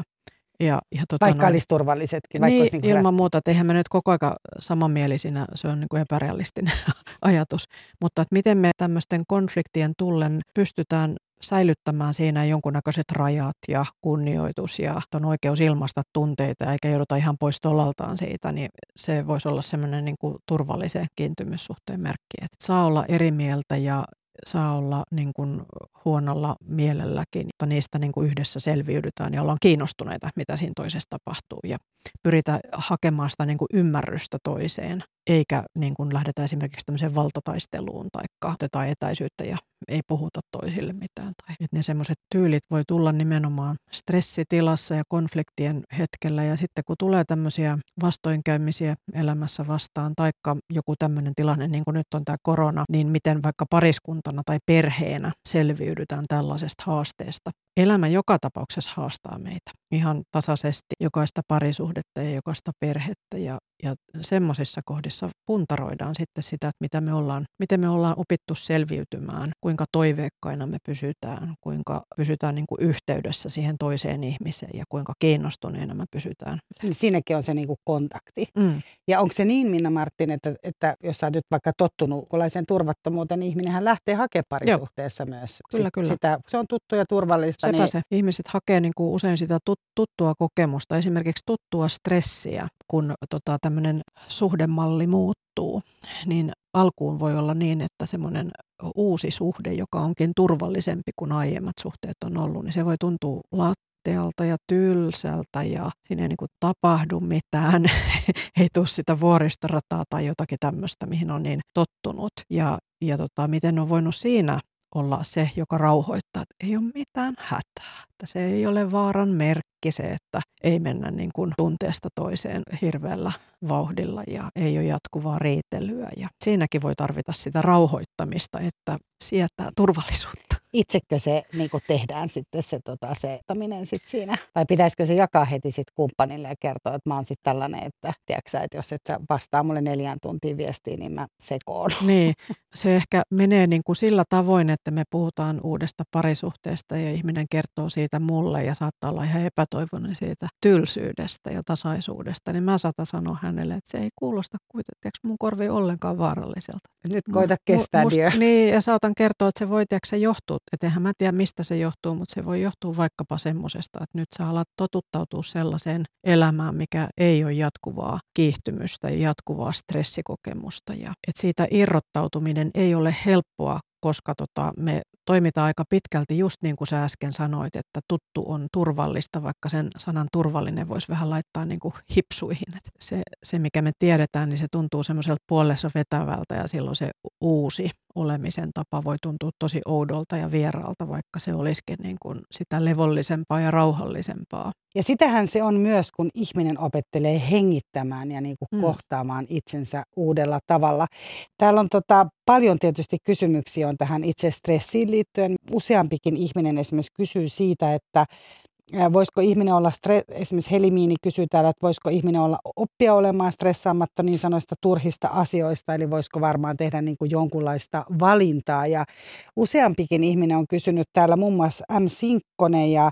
vaikka olisi turvallisetkin. Vaikka niin, olisi ilman muuta, että eihän me nyt koko ajan samanmielisinä, se on niin kuin epärealistinen ajatus. Mutta että miten me tämmöisten konfliktien tullen pystytään säilyttämään siinä jonkunnäköiset rajat ja kunnioitus ja on oikeus ilmaista tunteita eikä jouduta ihan pois tolaltaan siitä, niin se voisi olla semmoinen niin kuin turvallisen kiintymyssuhteen merkki. Että saa olla eri mieltä ja saa olla niin kuin huonolla mielelläkin, mutta niistä niin kuin yhdessä selviydytään ja ollaan kiinnostuneita, mitä siinä toisessa tapahtuu ja pyritään hakemaan sitä niin kuin ymmärrystä toiseen, eikä niin kuin lähdetä esimerkiksi tämmöiseen valtataisteluun tai otetaan etäisyyttä ja ei puhuta toisille mitään. Tai että ne semmoiset tyylit voi tulla nimenomaan stressitilassa ja konfliktien hetkellä ja sitten kun tulee tämmöisiä vastoinkäymisiä elämässä vastaan taikka joku tämmöinen tilanne, niin kuin nyt on tämä korona, niin miten vaikka pariskuntana tai perheenä selviydytään tällaisesta haasteesta. Elämä joka tapauksessa haastaa meitä ihan tasaisesti, jokaista parisuhdetta ja jokaista perhettä ja semmoisissa kohdissa puntaroidaan sitten sitä, että miten me ollaan opittu selviytymään, kuinka toiveikkaina me pysytään, kuinka pysytään niin kuin yhteydessä siihen toiseen ihmiseen ja kuinka kiinnostuneena me pysytään. Siinäkin on se niin kuin kontakti. Ja onko se niin, Minna Martin, että jos sä oot nyt vaikka tottunut ulkolaiseen turvattomuuteen, niin ihminenhän lähtee hakemaan parisuhteessa myös. Kyllä. Sitä, se on tuttu ja turvallista. Sepä se. Ihmiset hakee niin kuin usein sitä tuttua kokemusta, esimerkiksi tuttua stressiä, kun tämmöinen suhdemalli muuttuu, niin alkuun voi olla niin, että semmoinen uusi suhde, joka onkin turvallisempi kuin aiemmat suhteet on ollut, niin se voi tuntua lattealta ja tylsältä ja siinä ei niin kuin tapahdu mitään, ei tule sitä vuoristorataa tai jotakin tämmöistä, mihin on niin tottunut ja miten on voinut siinä olla se, joka rauhoittaa, että ei ole mitään hätää. Että se ei ole vaaran merkki se, että ei mennä niin kuin tunteesta toiseen hirveällä vauhdilla ja ei ole jatkuvaa riitelyä. Ja siinäkin voi tarvita sitä rauhoittamista, että sietää turvallisuutta. Itsekö se niin kuin tehdään sitten se ottaminen sit siinä? Vai pitäisikö se jakaa heti sit kumppanille ja kertoa, että mä oon sitten tällainen, että tiedätkö että jos et sä vastaa mulle 4 tuntia viestiin, niin mä sekoon. Niin, se ehkä menee niin kuin sillä tavoin, että me puhutaan uudesta parisuhteesta ja ihminen kertoo siitä mulle ja saattaa olla ihan epätoivoinen siitä tylsyydestä ja tasaisuudesta. Niin mä saatan sanoa hänelle, että se ei kuulosta kuitenkin mun korviin ollenkaan vaaralliselta. Nyt koita kestää, niin, ja saatan kertoa, että se voi se johtuu, että eihän mä tiedä mistä se johtuu, mutta se voi johtua vaikkapa semmosesta, että nyt sä alat totuttautua sellaiseen elämään, mikä ei ole jatkuvaa kiihtymystä ja jatkuvaa stressikokemusta. Ja että siitä irrottautuminen ei ole helppoa, koska me toimitaan aika pitkälti just niin kuin sä äsken sanoit, että tuttu on turvallista, vaikka sen sanan turvallinen voisi vähän laittaa niin kuin hipsuihin. Että se, mikä me tiedetään, niin se tuntuu semmoiselta puolessa vetävältä ja silloin se uusi olemisen tapa voi tuntua tosi oudolta ja vieraalta, vaikka se olisikin niin kuin sitä levollisempaa ja rauhallisempaa. Ja sitähän se on myös, kun ihminen opettelee hengittämään ja niin kuin kohtaamaan itsensä uudella tavalla. Täällä on paljon tietysti kysymyksiä on tähän itse stressiin liittyen. Useampikin ihminen esimerkiksi kysyy siitä, että voisiko ihminen olla, esimerkiksi Helimiini kysyy täällä, että voisiko ihminen oppia olemaan stressaamatta niin sanoista turhista asioista, eli voisiko varmaan tehdä niin kuin jonkunlaista valintaa. Ja useampikin ihminen on kysynyt täällä muun muassa M. Sinkkonen ja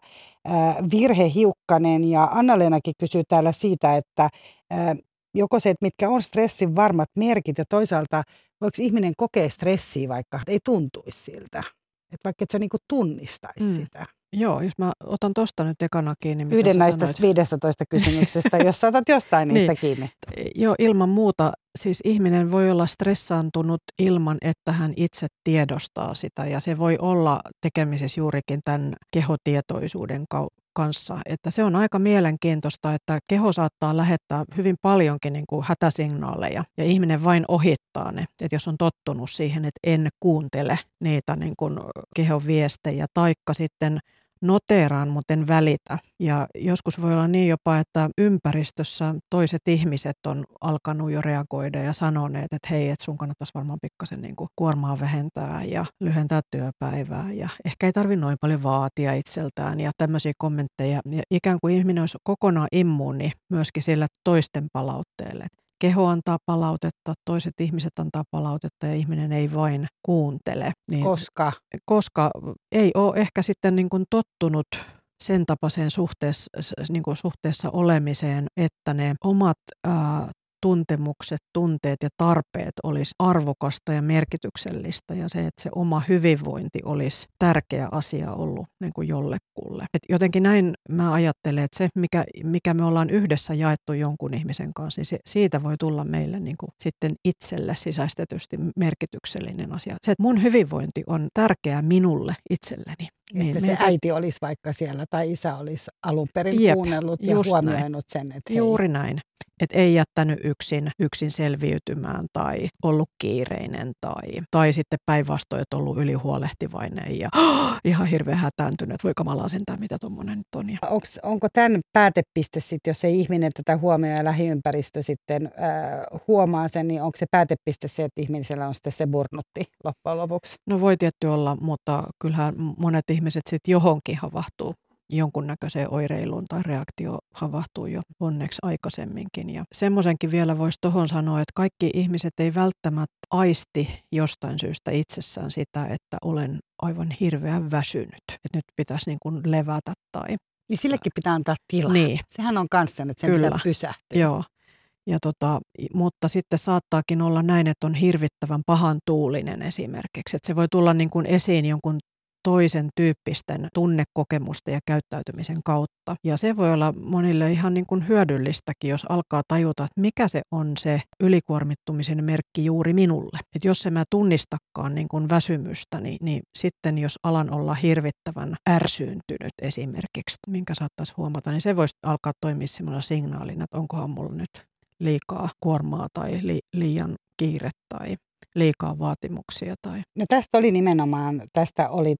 Virhe Hiukkanen ja Anna-Leenakin kysyy täällä siitä, että joko se, että mitkä on stressin varmat merkit ja toisaalta voiko ihminen kokea stressiä, vaikka ei tuntuisi siltä, että vaikka et sä niin kuin tunnistaisi sitä. Joo, jos mä otan tuosta nyt ekana kiinni. Yhden näistä 15 kysymyksestä, jos saatat jostain niistä kiinni. Joo, ilman muuta. Siis ihminen voi olla stressaantunut ilman, että hän itse tiedostaa sitä. Ja se voi olla tekemisissä juurikin tämän kehotietoisuuden kanssa. Että se on aika mielenkiintoista, että keho saattaa lähettää hyvin paljonkin niin kuin hätäsignaaleja. Ja ihminen vain ohittaa ne. Että jos on tottunut siihen, että en kuuntele niitä niin kuin kehon viestejä, taikka sitten noteeraan, mutta en välitä. Ja joskus voi olla niin jopa, että ympäristössä toiset ihmiset on alkanut jo reagoida ja sanoneet, että hei, että sun kannattaisi varmaan pikkasen niin kuin kuormaa vähentää ja lyhentää työpäivää. Ja ehkä ei tarvitse noin paljon vaatia itseltään ja tämmöisiä kommentteja. Ja ikään kuin ihminen olisi kokonaan immuuni myöskin sillä toisten palautteelle. keho antaa palautetta, toiset ihmiset antaa palautetta ja ihminen ei vain kuuntele. Niin, koska ei ole ehkä sitten niin kuin tottunut sen tapaiseen suhteessa olemiseen, että ne omat tuntemukset, tunteet ja tarpeet olisi arvokasta ja merkityksellistä ja se, että se oma hyvinvointi olisi tärkeä asia ollut niin kuin jollekulle. Et jotenkin näin mä ajattelen, että se, mikä me ollaan yhdessä jaettu jonkun ihmisen kanssa, niin siitä voi tulla meille niin kuin sitten itselle sisäistetysti merkityksellinen asia. Se, että mun hyvinvointi on tärkeää minulle itselleni. Että se äiti olisi vaikka siellä tai isä olisi alun perin kuunnellut ja huomioinut sen, että hei. Juuri näin. Että ei jättänyt yksin selviytymään tai ollut kiireinen tai sitten päinvastoin, että ollut ylihuolehtivainen ja ihan hirveän hätääntynyt, että voi kamalaa sentään, mitä tuommoinen nyt on. Onko tämän päätepiste sitten, jos ei ihminen tätä huomioi ja lähiympäristö sitten huomaa sen, niin onko se päätepiste se, että ihmisellä on sitten se burnutti loppujen lopuksi? No voi tietty olla, mutta kyllähän monet ihmiset sitten johonkin havahtuu. Jonkunnäköiseen oireiluun tai reaktio havahtuu jo onneksi aikaisemminkin. Ja semmoisenkin vielä voisi tuohon sanoa, että kaikki ihmiset ei välttämättä aisti jostain syystä itsessään sitä, että olen aivan hirveän väsynyt. Että nyt pitäisi niin kuin levätä tai... Niin sillekin pitää antaa tilaa. Niin. Sehän on kanssa sen, että sen pitää pysähtyä. Joo. Ja mutta sitten saattaakin olla näin, että on hirvittävän pahan tuulinen esimerkiksi. Että se voi tulla niin kuin esiin jonkun toisen tyyppisten tunnekokemusten ja käyttäytymisen kautta. Ja se voi olla monille ihan niin kuin hyödyllistäkin, jos alkaa tajuta, että mikä se on se ylikuormittumisen merkki juuri minulle. Että jos en mä tunnistakaan niin kuin väsymystä, niin sitten jos alan olla hirvittävän ärsyyntynyt esimerkiksi, minkä saattaisi huomata, niin se voisi alkaa toimia semmoinen signaalina, että onkohan mulla nyt liikaa kuormaa tai liian kiire tai liikaa vaatimuksia. No tästä oli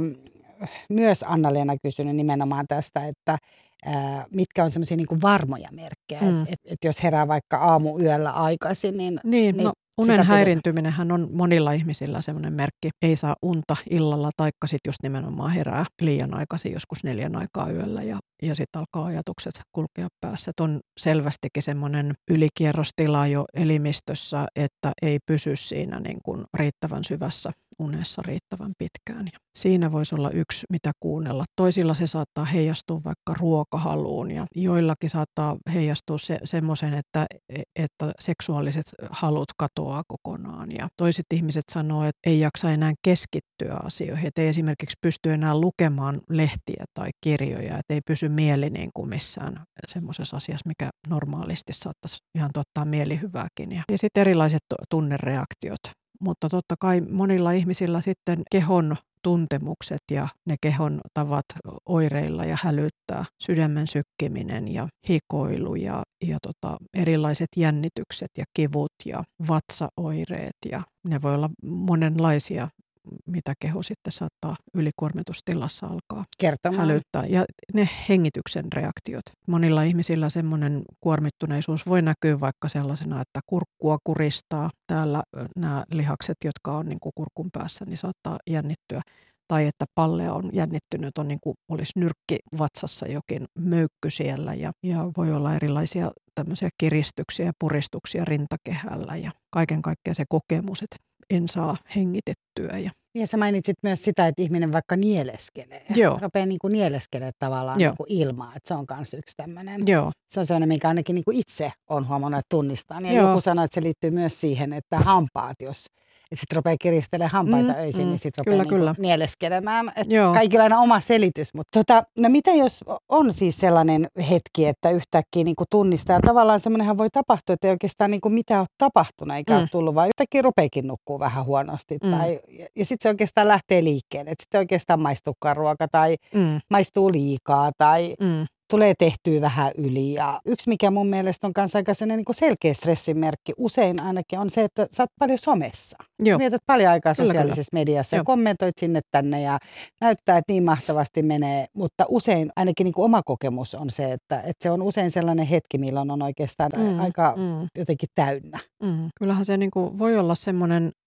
myös Anna-Leena kysynyt nimenomaan tästä, että mitkä on semmoisia niin kuin varmoja merkkejä. Että jos herää vaikka aamuyöllä aikaisin, niin unen häirintyminenhän on monilla ihmisillä semmoinen merkki. Ei saa unta illalla, taikka sitten just nimenomaan herää liian aikaisin, joskus 4 aikaa yöllä ja sitten alkaa ajatukset kulkea päässä. Et on selvästikin semmoinen ylikierrostila jo elimistössä, että ei pysy siinä niin kuin riittävän syvässä unessa riittävän pitkään. Ja siinä voisi olla yksi, mitä kuunnella. Toisilla se saattaa heijastua vaikka ruokahaluun ja joillakin saattaa heijastua semmoisen, että seksuaaliset halut katoaa kokonaan. Ja toiset ihmiset sanoo, että ei jaksa enää keskittyä asioihin, että ei esimerkiksi pysty enää lukemaan lehtiä tai kirjoja, että ei pysy mieli niin kuin missään semmoisessa asiassa, mikä normaalisti saattaisi ihan tuottaa mielihyvääkin. Ja sitten erilaiset tunnereaktiot. Mutta totta kai monilla ihmisillä sitten kehon tuntemukset ja ne kehon tavat oireilla ja hälyttää, sydämen sykkiminen ja hikoilu ja erilaiset jännitykset ja kivut ja vatsaoireet ja ne voi olla monenlaisia, mitä keho sitten saattaa ylikuormitustilassa alkaa hälyttää. Ja ne hengityksen reaktiot. Monilla ihmisillä semmoinen kuormittuneisuus voi näkyä vaikka sellaisena, että kurkkua kuristaa. Täällä nämä lihakset, jotka on niin kuin kurkun päässä, niin saattaa jännittyä. Tai että pallea on jännittynyt, on niin kuin olisi nyrkki vatsassa jokin möykky siellä ja voi olla erilaisia tämmöisiä kiristyksiä ja puristuksia rintakehällä ja kaiken kaikkiaan se kokemus, että en saa hengitettyä. Ja sä mainitsit myös sitä, että ihminen vaikka nieleskelee. Joo. Rupeaa niin kuin nieleskelee tavallaan niin kuin ilmaa, että se on myös yksi tämmöinen. Joo. Se on sellainen, mikä ainakin niin kuin itse on huomannut, että tunnistaan. Ja Joo. joku sanoi, että se liittyy myös siihen, että hampaat, jos sitten rupeaa kiristelemään hampaita öisin, niin sitten rupeaa niin nieleskelemään. Kaikilla on aina oma selitys. Mutta no mitä jos on siis sellainen hetki, että yhtäkkiä niin kuin tunnistaa. Tavallaan semmoinenhan voi tapahtua, että ei oikeastaan niin kuin mitään ole tapahtunut eikä ole tullut, vaan yhtäkkiä rupeakin nukkuu vähän huonosti. Ja sitten se oikeastaan lähtee liikkeelle. Että sitten oikeastaan maistuukaan ruoka tai maistuu liikaa tai... tulee tehtyä vähän yli. Ja yksi, mikä mun mielestä on kanssa aika niin kuin selkeä stressimerkki, usein ainakin on se, että sä oot paljon somessa. Sä mietät paljon aikaa sosiaalisessa mediassa ja kommentoit sinne tänne ja näyttää, että niin mahtavasti menee. Mutta usein, ainakin niin kuin oma kokemus on se, että se on usein sellainen hetki, milloin on oikeastaan aika jotenkin täynnä. Kyllähän se niin kuin voi olla semmoinen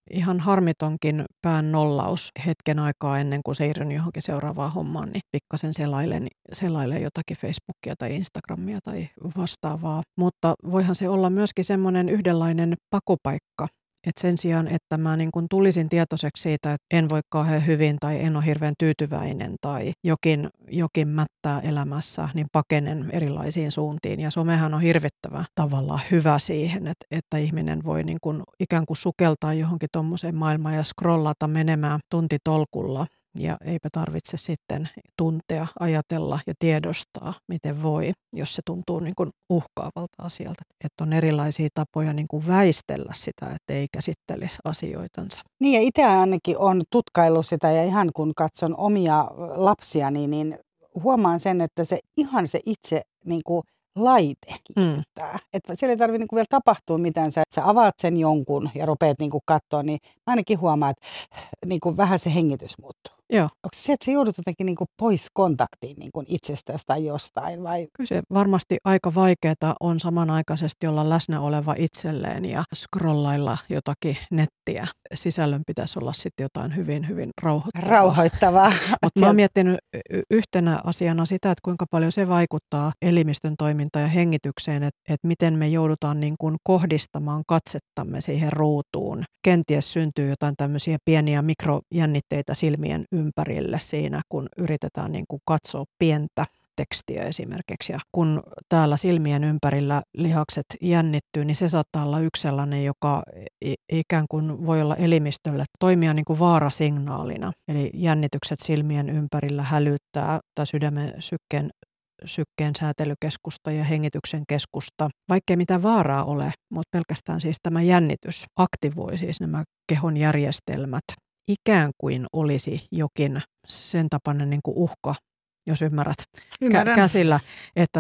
ihan harmitonkin pään nollaus hetken aikaa ennen kuin siirryn johonkin seuraavaan hommaan, niin pikkasen selailen jotakin Facebookia tai Instagramia tai vastaavaa. Mutta voihan se olla myöskin semmoinen yhdenlainen pakopaikka. Et sen sijaan, että mä niin kun tulisin tietoiseksi siitä, että en voi kauhean hyvin tai en ole hirveän tyytyväinen tai jokin mättää elämässä, niin pakenen erilaisiin suuntiin. Ja somehan on hirvittävä tavallaan hyvä siihen, että ihminen voi niin kun ikään kuin sukeltaa johonkin tuommoiseen maailmaan ja scrollata menemään tuntitolkulla. Ja eipä tarvitse sitten tuntea, ajatella ja tiedostaa, miten voi, jos se tuntuu niin kuin uhkaavalta asialta. Että on erilaisia tapoja niin kuin väistellä sitä, että ei käsittelisi asioitansa. Niin ja itse ainakin on tutkaillut sitä ja ihan kun katson omia lapsiani, niin huomaan sen, että se itse niin kuin laite kiihdyttää. Että siellä ei tarvitse niinku vielä tapahtua mitään. Sä avaat sen jonkun ja rupeat niinku katsoa, niin mä ainakin huomaan, että niinku vähän se hengitys muuttuu. Joo. Onko se, että sä joudut jotenkin niinku pois kontaktiin niinku itsestäsi tai jostain? Vai? Kyllä se varmasti aika vaikeaa on samanaikaisesti olla läsnä oleva itselleen ja scrollailla jotakin nettiä. Sisällön pitäisi olla sitten jotain hyvin, hyvin rauhoittavaa. Mutta mä oon miettinyt yhtenä asiana sitä, että kuinka paljon se vaikuttaa elimistön toimintaan ja hengitykseen, että miten me joudutaan niin kuin kohdistamaan katsettamme siihen ruutuun. Kenties syntyy jotain tämmöisiä pieniä mikrojännitteitä silmien ympärille siinä, kun yritetään niin kuin katsoa pientä tekstiä esimerkiksi. Ja kun täällä silmien ympärillä lihakset jännittyy, niin se saattaa olla yksi sellainen, joka ikään kuin voi olla elimistölle toimia niin kuin vaarasignaalina. Eli jännitykset silmien ympärillä hälyttää tai sydämen sykkeen säätelykeskusta ja hengityksen keskusta. Vaikkei mitään vaaraa ole, mutta pelkästään siis tämä jännitys aktivoi siis nämä kehon järjestelmät. Ikään kuin olisi jokin sen tapainen niin kuin uhka, jos ymmärrät, käsillä, että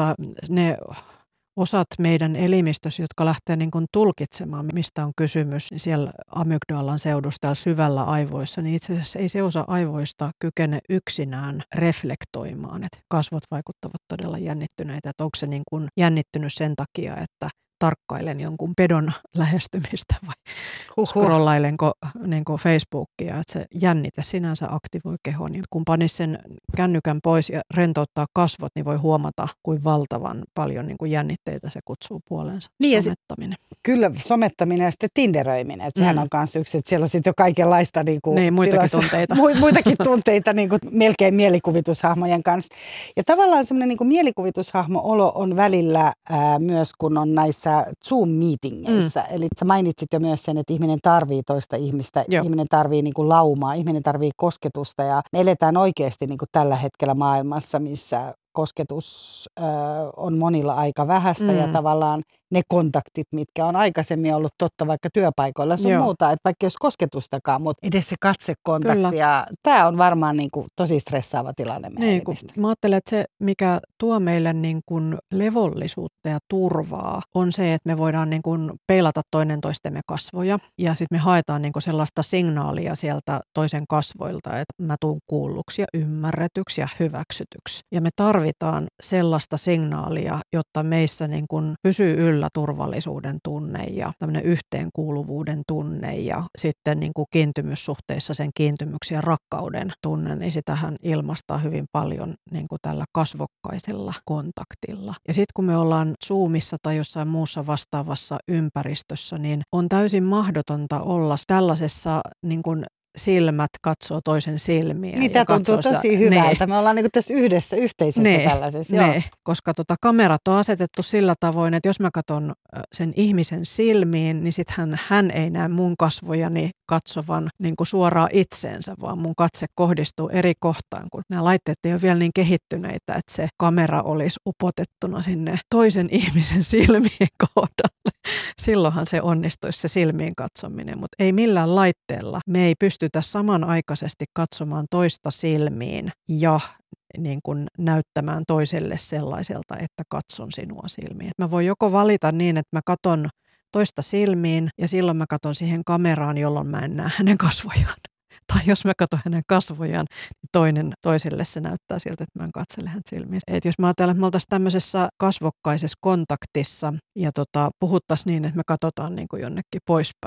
ne osat meidän elimistössä, jotka lähtee niin kuin tulkitsemaan, mistä on kysymys, niin siellä amygdalan seudussa täällä syvällä aivoissa, niin itse asiassa ei se osa aivoista kykene yksinään reflektoimaan, että kasvot vaikuttavat todella jännittyneitä, että onko se niin kuin jännittynyt sen takia, että tarkkailen jonkun pedon lähestymistä vai scrollailenko niin kuin Facebookia, että se jännite sinänsä aktivoi kehon. Ja kun panisi sen kännykän pois ja rentouttaa kasvot, niin voi huomata, kuin valtavan paljon niin kuin jännitteitä se kutsuu puoleensa. Niin somettaminen. Kyllä, somettaminen ja sitten tinderöiminen. Että sehän on myös yksi, että siellä on sitten jo kaikenlaista niin, muitakin tunteita. Muitakin tunteita niin kuin melkein mielikuvitushahmojen kanssa. Ja tavallaan semmoinen niin kuin mielikuvitushahmo-olo on välillä myös, kun on näissä Zoom-meetingeissa. Eli sä mainitsit jo myös sen, että ihminen tarvii toista ihmistä, ihminen tarvii niin kuin laumaa, ihminen tarvii kosketusta ja me eletään oikeasti niin kuin tällä hetkellä maailmassa, missä kosketus on monilla aika vähäistä ja tavallaan ne kontaktit, mitkä on aikaisemmin ollut totta vaikka työpaikoilla sun muuta, että vaikka ei olisi kosketustakaan, mutta edes se katsekontakti ja tämä on varmaan niin kuin tosi stressaava tilanne meidän elimistä. Mä ajattelen, että se mikä tuo meille niin kuin levollisuutta ja turvaa on se, että me voidaan niin kuin peilata toinen toistemme kasvoja ja sitten me haetaan niin kuin sellaista signaalia sieltä toisen kasvoilta, että mä tuun kuulluksi ja ymmärretyksi ja hyväksytyksi ja me tarvitaan sellaista signaalia, jotta meissä niin kuin pysyy yllä turvallisuuden tunne ja tämmöinen yhteenkuuluvuuden tunne ja sitten niin kuin kiintymyssuhteissa sen kiintymyksen ja rakkauden tunne, niin sitähän ilmaistaan hyvin paljon niin kuin tällä kasvokkaisella kontaktilla. Ja sitten kun me ollaan Zoomissa tai jossain muussa vastaavassa ympäristössä, niin on täysin mahdotonta olla tällaisessa niin kuin silmät katsoo toisen silmiä. Niin, tämä tuntuu tosi hyvältä. Me ollaan niin tässä yhdessä, yhteisessä tällaisessa. Koska kamerat on asetettu sillä tavoin, että jos mä katson sen ihmisen silmiin, niin sitten hän ei näe mun kasvojani katsovan niin kuin suoraan itseensä, vaan mun katse kohdistuu eri kohtaan, kun nämä laitteet ei ole vielä niin kehittyneitä, että se kamera olisi upotettuna sinne toisen ihmisen silmien kohdalle. Silloinhan se onnistuisi se silmiin katsominen, mutta ei millään laitteella. Me ei pystytä samanaikaisesti katsomaan toista silmiin ja niin kuin näyttämään toiselle sellaiselta, että katson sinua silmiin. Mä voin joko valita niin, että mä katson toista silmiin ja silloin mä katson siihen kameraan, jolloin mä en näe hänen kasvojaan. Tai jos mä katson hänen kasvojaan, niin toiselle se näyttää siltä, että mä en katsele häntä silmiin. Et jos mä ajattelen, että me oltaisiin tämmöisessä kasvokkaisessa kontaktissa ja puhuttaisiin niin, että me katsotaan niin kuin jonnekin poispäin.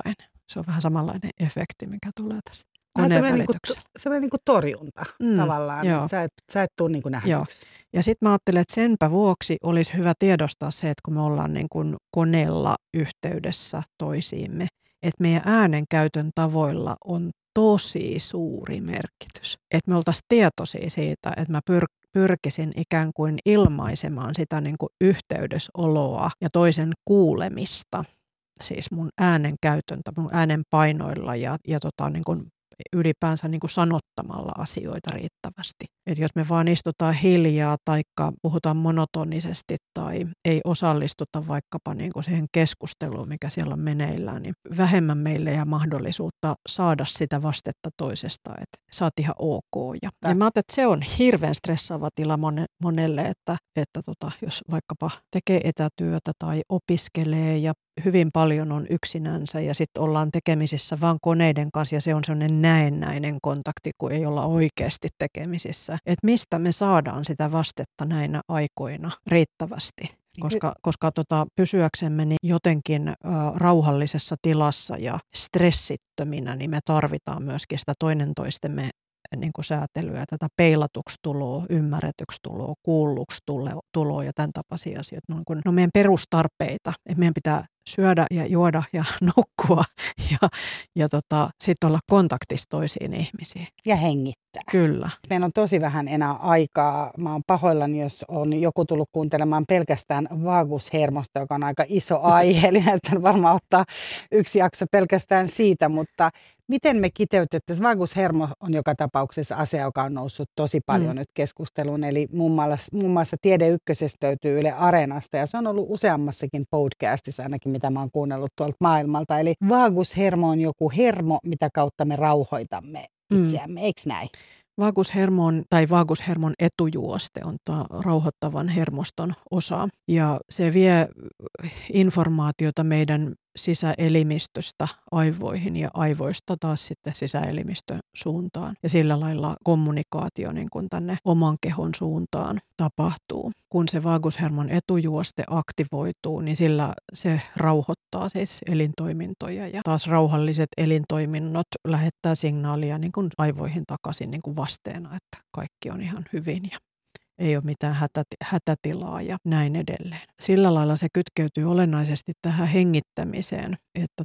Se on vähän samanlainen efekti, mikä tulee tässä Vähän koneen sellainen välityksellä. sellainen niin kuin torjunta tavallaan, joo. että sä et tule niin kuin nähdyksi. Ja sitten mä ajattelen, että senpä vuoksi olisi hyvä tiedostaa se, että kun me ollaan niin kuin koneella yhteydessä toisiimme, että meidän äänenkäytön tavoilla on tosi suuri merkitys. Että me oltaisiin tietoisia siitä, että mä pyrkisin ikään kuin ilmaisemaan sitä niin kuin yhteydesoloa ja toisen kuulemista, siis mun äänenkäytön, mun äänen painoilla ja niin kuin ylipäänsä niin kuin sanottamalla asioita riittävästi. Et jos me vaan istutaan hiljaa tai puhutaan monotonisesti tai ei osallistuta vaikkapa niin kuin siihen keskusteluun, mikä siellä on meneillään, niin vähemmän meille jää mahdollisuutta saada sitä vastetta toisesta, että sä oot ihan ok. Ja mä ajattelin, että se on hirveän stressaava tila monelle, että jos vaikkapa tekee etätyötä tai opiskelee ja hyvin paljon on yksinänsä ja sitten ollaan tekemisissä vaan koneiden kanssa ja se on sellainen näennäinen kontakti, kun ei olla oikeasti tekemisissä. Että mistä me saadaan sitä vastetta näinä aikoina riittävästi, koska pysyäksemme niin jotenkin rauhallisessa tilassa ja stressittöminä, niin me tarvitaan myöskin sitä toinen toistemme niin kuin säätelyä, tätä peilatuksi tuloa, ymmärretyksi tuloa, kuulluksi tuloa ja tämän tapaisia asioita. Ne on meidän perustarpeita, että meidän pitää syödä ja juoda ja nukkua ja sitten olla kontaktissa toisiin ihmisiin. Ja hengittää. Kyllä. Meillä on tosi vähän enää aikaa. Mä oon pahoillani, jos on joku tullut kuuntelemaan pelkästään vaagushermosta, joka on aika iso aihe. Eli että varmaan ottaa yksi jakso pelkästään siitä, mutta miten me kiteytettäisiin? Vaagushermo on joka tapauksessa asia, joka on noussut tosi paljon nyt keskusteluun. Eli muun muassa Tiede Ykkösestä löytyy Yle Areenasta ja se on ollut useammassakin podcastissa ainakin, mitä mä oon kuunnellut tuolta maailmalta. Eli vaagushermo on joku hermo, mitä kautta me rauhoitamme itseämme, eikö näin? Vaagushermon etujuoste on rauhoittavan hermoston osa ja se vie informaatiota meidän sisäelimistöstä aivoihin ja aivoista taas sitten sisäelimistön suuntaan. Ja sillä lailla kommunikaatio niin kuin tänne oman kehon suuntaan tapahtuu. Kun se vaagushermon etujuoste aktivoituu, niin sillä se rauhoittaa siis elintoimintoja. Ja taas rauhalliset elintoiminnot lähettää signaalia niin kuin aivoihin takaisin niin kuin vasteena, että kaikki on ihan hyvin ja ei ole mitään hätätilaa ja näin edelleen. Sillä lailla se kytkeytyy olennaisesti tähän hengittämiseen, että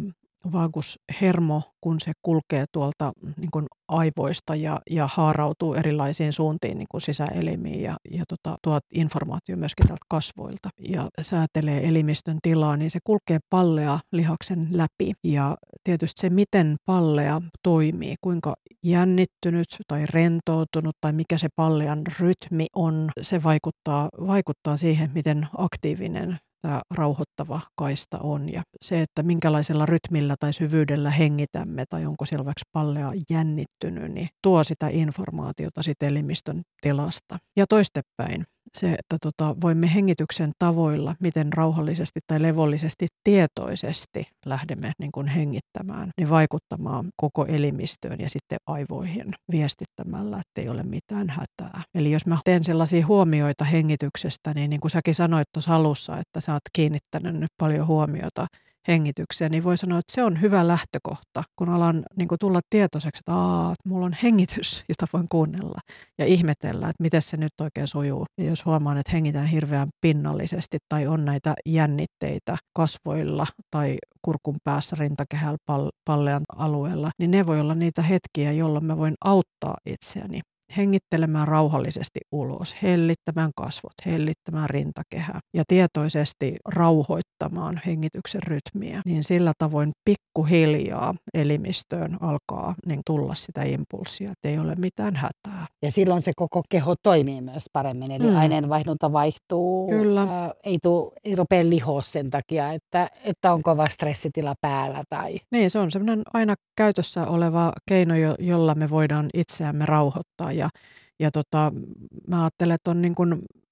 vaagushermo, kun se kulkee tuolta niin kuin aivoista ja haarautuu erilaisiin suuntiin niin kuin sisäelimiin ja tuo informaatio myöskin täältä kasvoilta ja säätelee elimistön tilaa, niin se kulkee pallea lihaksen läpi. Ja tietysti se, miten pallea toimii, kuinka jännittynyt tai rentoutunut tai mikä se pallean rytmi on, se vaikuttaa siihen, miten aktiivinen tämä rauhoittava kaista on ja se, että minkälaisella rytmillä tai syvyydellä hengitämme tai onko siellä vaikka pallea jännittynyt, niin tuo sitä informaatiota sit elimistön tilasta. Ja toistepäin se, että voimme hengityksen tavoilla, miten rauhallisesti tai levollisesti tietoisesti lähdemme niin kuin hengittämään, niin vaikuttamaan koko elimistöön ja sitten aivoihin viestittämällä, että ei ole mitään hätää. Eli jos mä teen sellaisia huomioita hengityksestä, niin kuin säkin sanoit tuossa alussa, että sä oot kiinnittänyt nyt paljon huomiota hengitykseen, niin voi sanoa, että se on hyvä lähtökohta, kun alan niin kuin tulla tietoiseksi, että mulla on hengitys, jota voin kuunnella ja ihmetellä, että miten se nyt oikein sujuu. Ja jos huomaan, että hengitän hirveän pinnallisesti tai on näitä jännitteitä kasvoilla tai kurkun päässä, rintakehällä, pallean alueella, niin ne voi olla niitä hetkiä, jolloin mä voin auttaa itseäni hengittelemään rauhallisesti ulos, hellittämään kasvot, hellittämään rintakehää ja tietoisesti rauhoittamaan hengityksen rytmiä, niin sillä tavoin pikkuhiljaa elimistöön alkaa niin tulla sitä impulssia, että ei ole mitään hätää. Ja silloin se koko keho toimii myös paremmin, eli aineenvaihdunta vaihtuu. Kyllä. Ei rupea lihoa sen takia, että on kova stressitila päällä. Tai... Niin, se on sellainen aina käytössä oleva keino, jolla me voidaan itseämme rauhoittaa. Ja mä ajattelen, että on niin kuin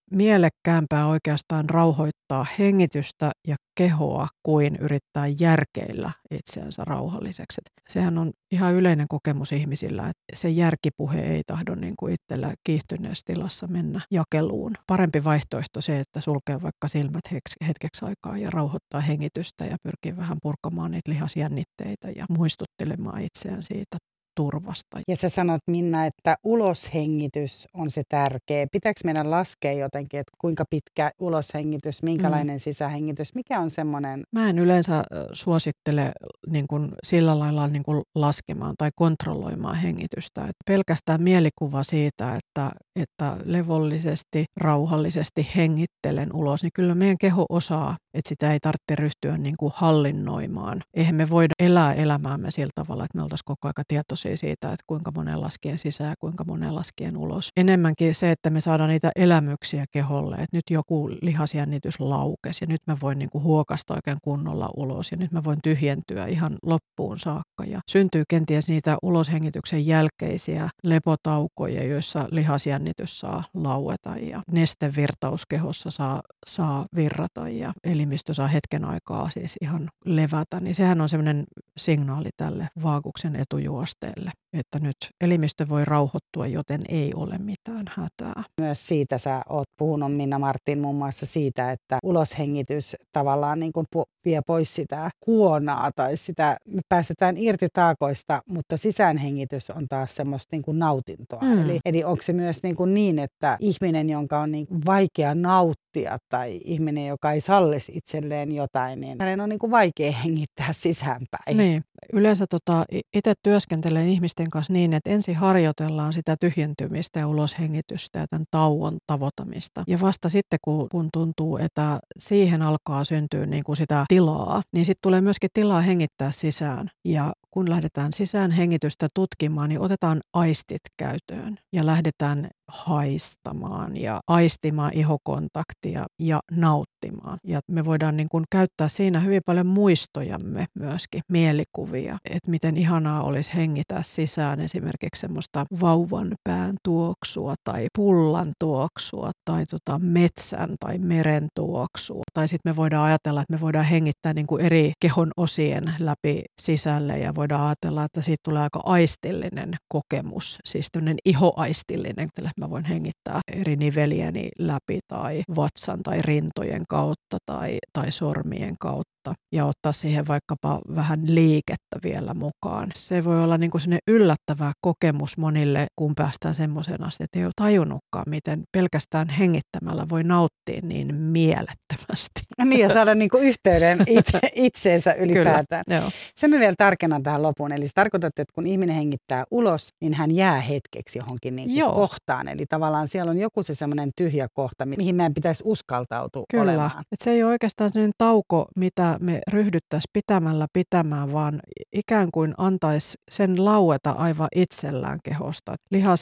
mielekkäämpää oikeastaan rauhoittaa hengitystä ja kehoa kuin yrittää järkeillä itseänsä rauhalliseksi. Sehän on ihan yleinen kokemus ihmisillä, että se järkipuhe ei tahdo niin kuin itsellä kiihtyneessä tilassa mennä jakeluun. Parempi vaihtoehto se, että sulkee vaikka silmät hetkeksi aikaa ja rauhoittaa hengitystä ja pyrkii vähän purkamaan niitä lihasjännitteitä ja muistuttelemaan itseään siitä turvasta. Ja sä sanot, Minna, että uloshengitys on se tärkeä. Pitääkö meidän laskea jotenkin, että kuinka pitkä uloshengitys, minkälainen sisähengitys, mikä on semmoinen? Mä en yleensä suosittele niin kuin sillä lailla niin kuin laskemaan tai kontrolloimaan hengitystä. Että pelkästään mielikuva siitä, että levollisesti, rauhallisesti hengittelen ulos, niin kyllä meidän keho osaa, että sitä ei tarvitse ryhtyä niin kuin hallinnoimaan. Eihän me voida elää elämäämme sillä tavalla, että me oltaisiin koko ajan tietoisia siitä, että kuinka monen laskien sisään, kuinka monen laskien ulos. Enemmänkin se, että me saadaan niitä elämyksiä keholle, että nyt joku lihasjännitys laukesi ja nyt mä voin niin kuin huokasta oikein kunnolla ulos ja nyt mä voin tyhjentyä ihan loppuun saakka. Ja syntyy kenties niitä uloshengityksen jälkeisiä lepotaukoja, joissa lihasjännitys saa laueta ja nestevirtaus kehossa saa virrata ja elimistö saa hetken aikaa siis ihan levätä. Niin sehän on semmoinen signaali tälle vaaguksen etujuosteelle, että nyt elimistö voi rauhoittua, joten ei ole mitään hätää. Myös siitä sä oot puhunut, Minna Martin, muun muassa siitä, että uloshengitys tavallaan niin kuin vie pois sitä kuonaa tai sitä, me päästetään irti taakoista, mutta sisäänhengitys on taas semmoista niin kuin nautintoa. Eli onko se myös niin, että ihminen, jonka on niin kuin vaikea nauttia tai ihminen, joka ei sallisi itselleen jotain, niin hänen on niin kuin vaikea hengittää sisäänpäin. Niin. Yleensä itse työskentelen ihmisten kanssa niin, että ensin harjoitellaan sitä tyhjentymistä ja uloshengitystä ja tämän tauon tavoittamista. Ja vasta sitten, kun tuntuu, että siihen alkaa syntyä niin kuin sitä tilaa, niin sitten tulee myöskin tilaa hengittää sisään. Ja kun lähdetään sisään hengitystä tutkimaan, niin otetaan aistit käyttöön ja lähdetään haistamaan ja aistimaan ihokontaktia ja nauttimaan. Ja me voidaan niin kuin käyttää siinä hyvin paljon muistojamme myöskin, mielikuvia, että miten ihanaa olisi hengittää sisään esimerkiksi semmoista vauvan pään tuoksua tai pullan tuoksua tai metsän tai meren tuoksua. Tai sitten me voidaan ajatella, että me voidaan hengittää niin kuin eri kehon osien läpi sisälle ja voidaan ajatella, että siitä tulee aika aistillinen kokemus, siis tämmöinen ihoaistillinen, että mä voin hengittää eri nivelieni läpi tai vatsan tai rintojen kautta tai sormien kautta ja ottaa siihen vaikkapa vähän liikettä vielä mukaan. Se voi olla niin kuin sellainen yllättävä kokemus monille, kun päästään semmoiseen asti, että ei ole tajunnutkaan, miten pelkästään hengittämällä voi nauttia niin mielettömästi. Niin ja saada niin kuin yhteyden itseensä ylipäätään. Kyllä, se me vielä tarkennan tähän lopuun. Eli se tarkoittaa, että kun ihminen hengittää ulos, niin hän jää hetkeksi johonkin niin kuin kohtaan. Eli tavallaan siellä on joku se semmoinen tyhjä kohta, mihin meidän pitäisi uskaltautua olemaan. Kyllä. Se ei ole oikeastaan sellainen tauko, mitä me ryhdyttäisiin pitämään, vaan ikään kuin antaisi sen laueta aivan itsellään kehosta.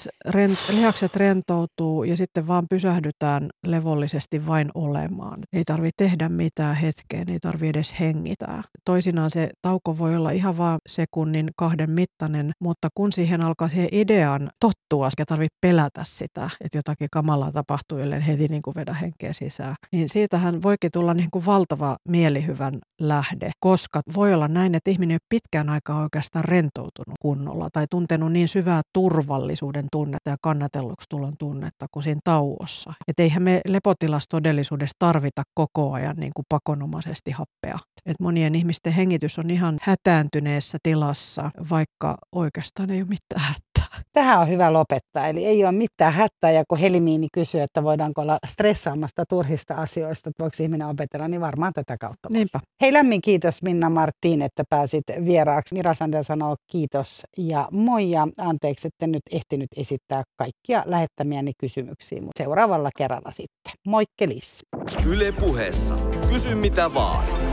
Lihakset rentoutuu ja sitten vaan pysähdytään levollisesti vain olemaan. Ei tarvitse tehdä mitään hetkeen, ei tarvitse edes hengitää. Toisinaan se tauko voi olla ihan vaan sekunnin 2 mittainen, mutta kun siihen alkaa siihen ideaan tottua, eikä tarvitse pelätä sitä, että jotakin kamalaa tapahtuu, ellei heti niin kuin vedä henkeä sisään, niin siitähän voikin tulla niin kuin valtava mielihyvän lähde, koska voi olla näin, että ihminen ei ole pitkään aikaa oikeastaan rentoutunut kunnolla tai tuntenut niin syvää turvallisuuden tunnetta ja kannatelluksi tulon tunnetta kuin siinä tauossa. Että eihän me lepotilassa todellisuudessa tarvita koko ajan niin kuin pakonomaisesti happea. Että monien ihmisten hengitys on ihan hätääntyneessä tilassa, vaikka oikeastaan ei ole mitään hätää. Tähän on hyvä lopettaa, eli ei ole mitään hätää, ja kun Helimiini kysyy, että voidaanko olla stressaamasta turhista asioista, että voiko ihminen opetella, niin varmaan tätä kautta. Niinpä. Hei, lämmin kiitos Minna Martin, että pääsit vieraaksi. Mira Sandel sanoo kiitos ja moi, ja anteeksi, että nyt ehtinyt esittää kaikkia lähettämiäni kysymyksiä, mutta seuraavalla kerralla sitten. Moikkelis! Yle Puheessa. Kysy mitä vaan.